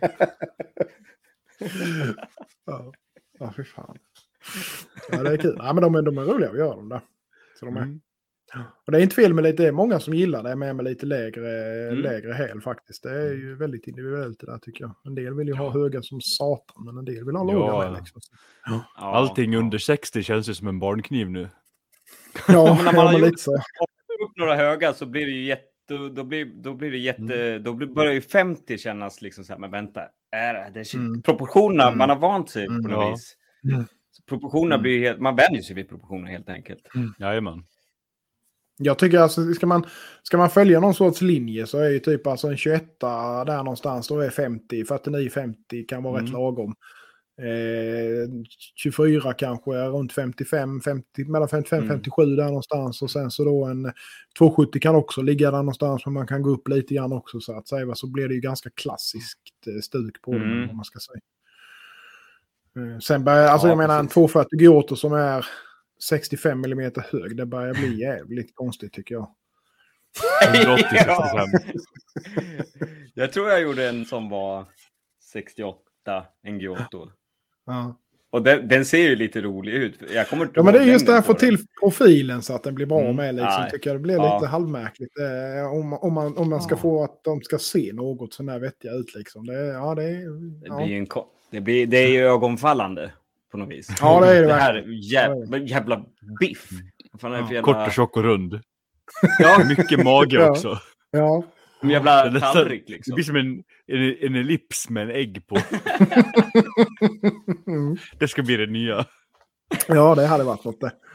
Ja, ja fy fan. Ja, det är kul. Ja, men de är, de är roliga att göra dem där. Så de är. Mm. Och det är inte fel med lite, det är många som gillar det med, med lite lägre, Mm. lägre häl faktiskt. Det är ju väldigt individuellt det där tycker jag. En del vill ju ha höga som satan, men en del vill ha Ja. låga med. Liksom. Ja, Allting ja. under sextio känns ju som en barnkniv nu. Ja, Men när man ja, har men gjort- lite så. Upp några höga så blir det ju jätte... Då blir, då blir det jätte... Då blir, börjar ju femtio kännas liksom så här, men vänta. Är det, det är, Mm. Proportionerna, Mm. man har vant sig Mm. på något Ja. vis. Mm. Så proportionerna Mm. blir helt... Man vänjer sig vid proportioner helt enkelt. Jajamän. Jag tycker alltså, ska man, ska man följa någon sorts linje så är ju typ alltså en tjugoett där någonstans, då är femtio, fyrtionio femtio kan vara Mm. rätt lagom. Eh, tjugofyra kanske runt femtiofem, femtio, mellan femtiofem och Mm. femtiosju där någonstans. Och sen så då en tvåhundrasjuttio kan också ligga där någonstans, men man kan gå upp lite grann också så att säga. Så blir det ju ganska klassiskt eh, stuk på Mm. dem, om man ska säga. Eh, sen börjar, alltså Ja, jag menar en precis. tvåhundrafyrtio Giotto som är sextiofem millimeter hög, det börjar bli jävligt konstigt tycker jag. hundraåttio Ja. sextiofem. Jag tror jag gjorde en som var sextioåtta, en Giotto. Ja. Och den, den ser ju lite rolig ut. Jag kommer inte Ja, men det är ihåg just det här längden få på den. till profilen så att den blir bra Mm. med. Liksom, Nej. tycker jag det blir Ja. lite halvmärkligt. Eh, om, man- om, man, om man ska Ja. få att de ska se något sån här vettiga ut. Liksom. Det, ja, det, är- Det, ja. blir en, ko- det, blir, det är ju ögonfallande på något vis. Ja, det är det Det här verkligen. jävla, jävla biff. Vad fan är det för jävla... Kort och tjock och rund. Ja, Mycket mage Ja. också. Ja. en jävla Det är nästan- tallrik Det liksom. blir som en, en, en ellips med en ägg på. Mm. Det ska bli det nya. Ja, det hade varit något det.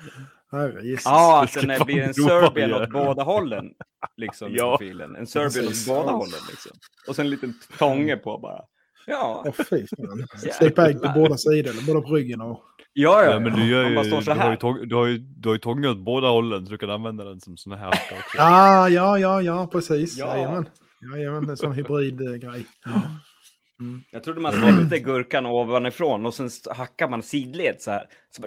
Ja, att den blir en Serbian åt båda hållen. Liksom ja. profilen. En Serbian åt båda hållen liksom. Och sen en liten tånge på bara. Ja. Åh, fy fan. Släpp ägg på båda sidor, eller både på ryggen och... Ja, ja, ja, men du, gör ju, du, har ju tång, du har ju du har ju tångat åt båda hållen så du kan använda den som sån här också. Ah, ja, ja, ja, precis. Ja. Jajamän. Jajamän, det är en sån hybridgrej. Mm. Jag trodde man släppte gurkan ovanifrån och sen hackar man sidled så här. Så bara...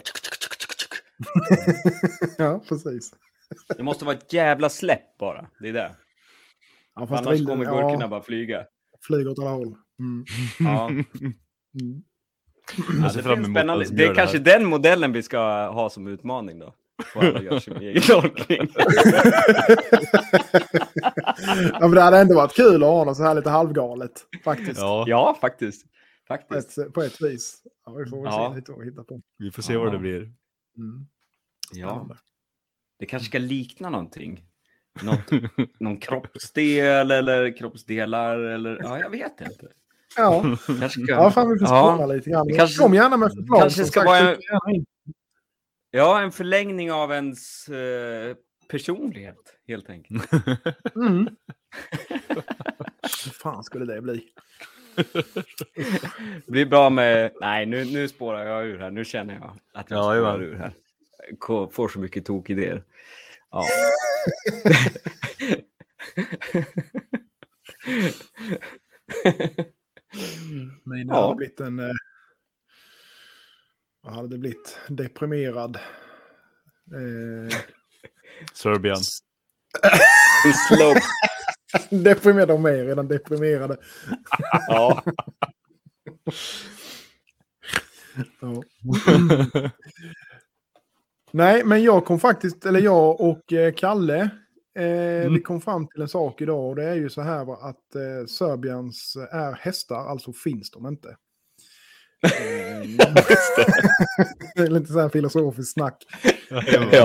Ja, precis. Det måste vara ett jävla släpp bara. Det är det. Ja, fast annars vill, kommer ja, gurkorna bara flyga. Flyger åt alla håll. Mm. Ja. Mm. Ja, det, finns spännande. Det är kanske det den modellen vi ska ha som utmaning då. Alla gör sin egen tolkning. Ja, men det hade ändå varit kul att ha något så här lite halvgalet. Faktiskt. Ja, ja faktiskt. faktiskt. På, ett, på ett vis. Ja, vi får ja. se lite och hitta på. Vi får se ja. vad det blir. Mm. Ja. Det kanske ska likna någonting. Något, någon kroppsdel eller kroppsdelar eller ja, jag vet inte. Ja, kanske ska... ja fan vi får spåra ja. lite grann. Kanske... Kom gärna med förslag. Kanske ska vara en... Ja, en förlängning av ens eh, personlighet helt enkelt. Mm. Vad fan skulle det bli? Det blir bra med... Nej, nu, nu spårar jag ur här. Nu känner jag att jag ja, spårar ur här. Jag får så mycket tokidéer. Ja. Men det ja. har blivit en... Eh, vad hade det blivit? Deprimerad. Eh... Serbian. Slow. Deprimerade de är redan deprimerade. Ja. Ja. Nej, men jag kom faktiskt, eller jag och eh, Kalle, eh, mm. vi kom fram till en sak idag och det är ju så här va, att eh, Serbians är hästar, alltså finns de inte. Eh, det är lite så här filosofiskt snack. Ja. Ja.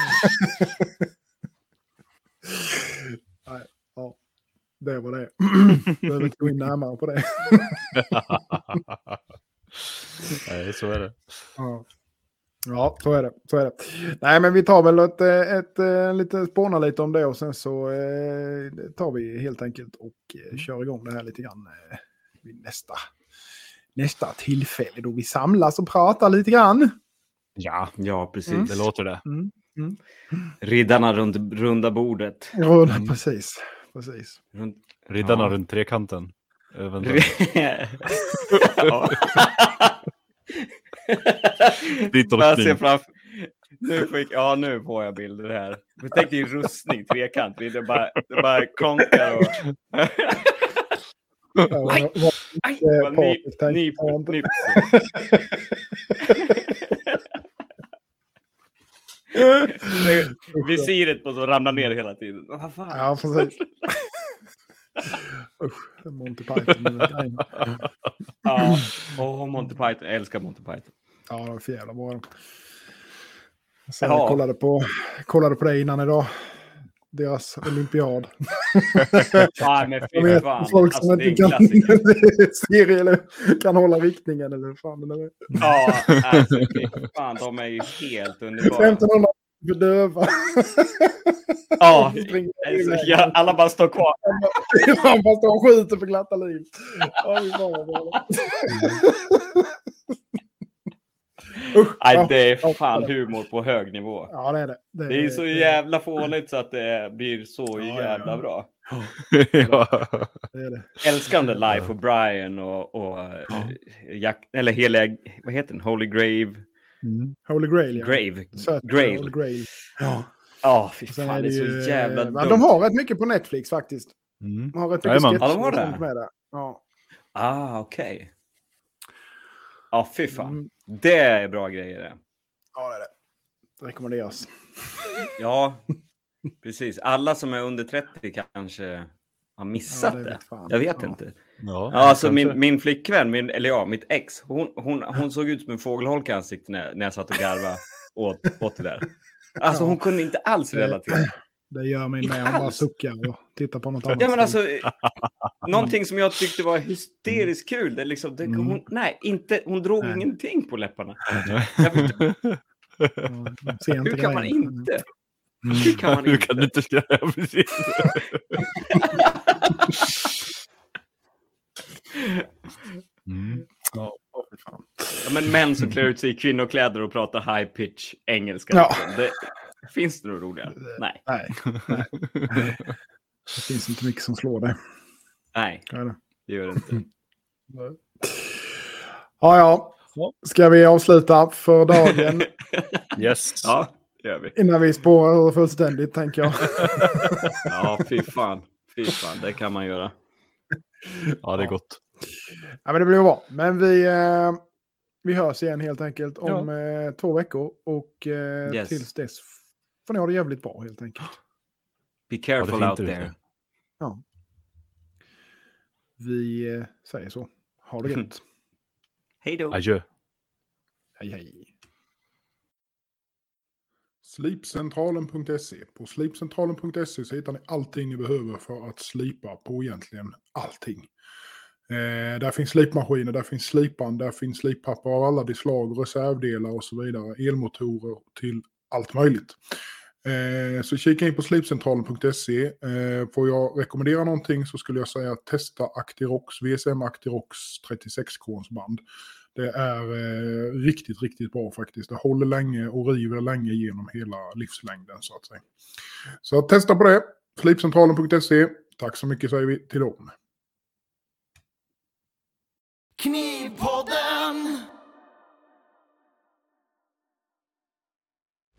Nej, ja, det var det. Behöver inte gå in närmare på det. Nej, så är det. Ja. Ja, så är det. Så är det. Nej, men vi tar väl ett, ett, ett lite spåna lite om det och sen så eh, tar vi helt enkelt och eh, kör igång det här lite grann eh, vid nästa, nästa tillfälle då vi samlas och pratar lite grann. Ja, ja precis. Mm. Det låter det. Mm. Mm. Riddarna runt runda bordet. Runda, mm. precis. precis. Runt, Riddarna ja. runt trekanten. Ja. Jag ser framför... nu, fick... ja, nu får jag bilder här. Jag tänkte ju rustning, trekant. Det bara, det bara klonkar och... Aj! Aj! Nip, nip, nip. Visiret på så ramlar ner hela tiden. Vad fan? Ja, precis. Usch, Monty Python. Ja, oh, Monty Python. Jag älskar Monty Python. Ja, det var för jävla bra. Så jag kollade på, kollade på det innan idag. Deras olympiad. Fan, men fy fan. Folk alltså, som inte kan serie eller kan hålla riktningen eller fan det är. Ja, alltså, fan, de är ju helt underbara. femtonhundra för döva. Ja, alltså, ja, alla bara står kvar. Ja, man bara står och skjuter för glatta liv. Ja, vi bara, bara. Usch, nej, det är fan humor på hög nivå. Ja, det är det. Det är, det är så jävla fånigt så att det blir så ja, jävla ja. bra. Ja. Det är det. Älskande Life of Brian och, och ja. Jack, eller hela, vad heter den? Holy Grave. Mm. Holy Grail, ja. Grave. Söt, Grail. Holy Grail. Ja. Ja, fy fan, är det, det är så jävla dumt. De har rätt mycket på Netflix faktiskt. Mm. De har rätt mycket sketcher. Ja, de har det. Med det. Ja. Ah, okej. Okay. Ja, fy fan. Mm. Det är bra grejer det. Ja, det är det. Det rekommenderas. Ja, precis. Alla som är under trettio kanske har missat ja, det. det. Jag vet ja. inte. Ja, ja, alltså min, min flickvän, min, eller ja, mitt ex, hon, hon, hon såg ut som en fågelholk i ansiktet när, när jag satt och garvade åt, åt det där. Alltså hon kunde inte alls relatera. Det gör mig med. Hon bara suckar och tittar på något annat. Ja, men alltså, någonting som jag tyckte var hysteriskt kul. Det liksom, det, hon, nej, inte, hon drog nej. ingenting på läpparna. Jag vet, Ser inte Hur kan man grejen. inte? Hur kan man Hur inte? kan du inte skriva precis? Mm. Ja, åh, fan. Ja, men män som klär ut sig i kvinnokläder och pratar high pitch engelska. Ja. Det, finns det något roligare? Nej. Nej. Nej. Det finns inte mycket som slår det. Nej, Ja, det. det gör det inte. Ja, ja. Ska vi avsluta för dagen Yes. Ja, det gör vi. innan vi spårar fullständigt, tänker jag. Ja, fy fan. Fy fan, det kan man göra. Ja, det är gott. Ja, men det blir bra. Men vi, eh, vi hörs igen helt enkelt om Ja. eh, två veckor. Och eh, Yes. tills dess får ni ha det jävligt bra helt enkelt. Be Ja, careful det är out fint there. ute. Ja. Vi eh, säger så. Ha det gött. Hej då. Adjö. Hej hej. Slipcentralen punkt se. På slipcentralen punkt se så hittar ni allting ni behöver för att slipa på egentligen allting. Eh, där finns slipmaskiner, där finns slipan, där finns slippapper av alla de slag, reservdelar och så vidare. Elmotorer till allt möjligt. Eh, så kika in på slipcentralen punkt se. Eh, får jag rekommendera någonting så skulle jag säga testa Actirox, V S M Actirox trettiosex korns band. Det är eh, riktigt, riktigt bra faktiskt. Det håller länge och river länge genom hela livslängden så att säga. Så testa på det. slipcentralen punkt se. Tack så mycket säger vi till dem. Knivpodden!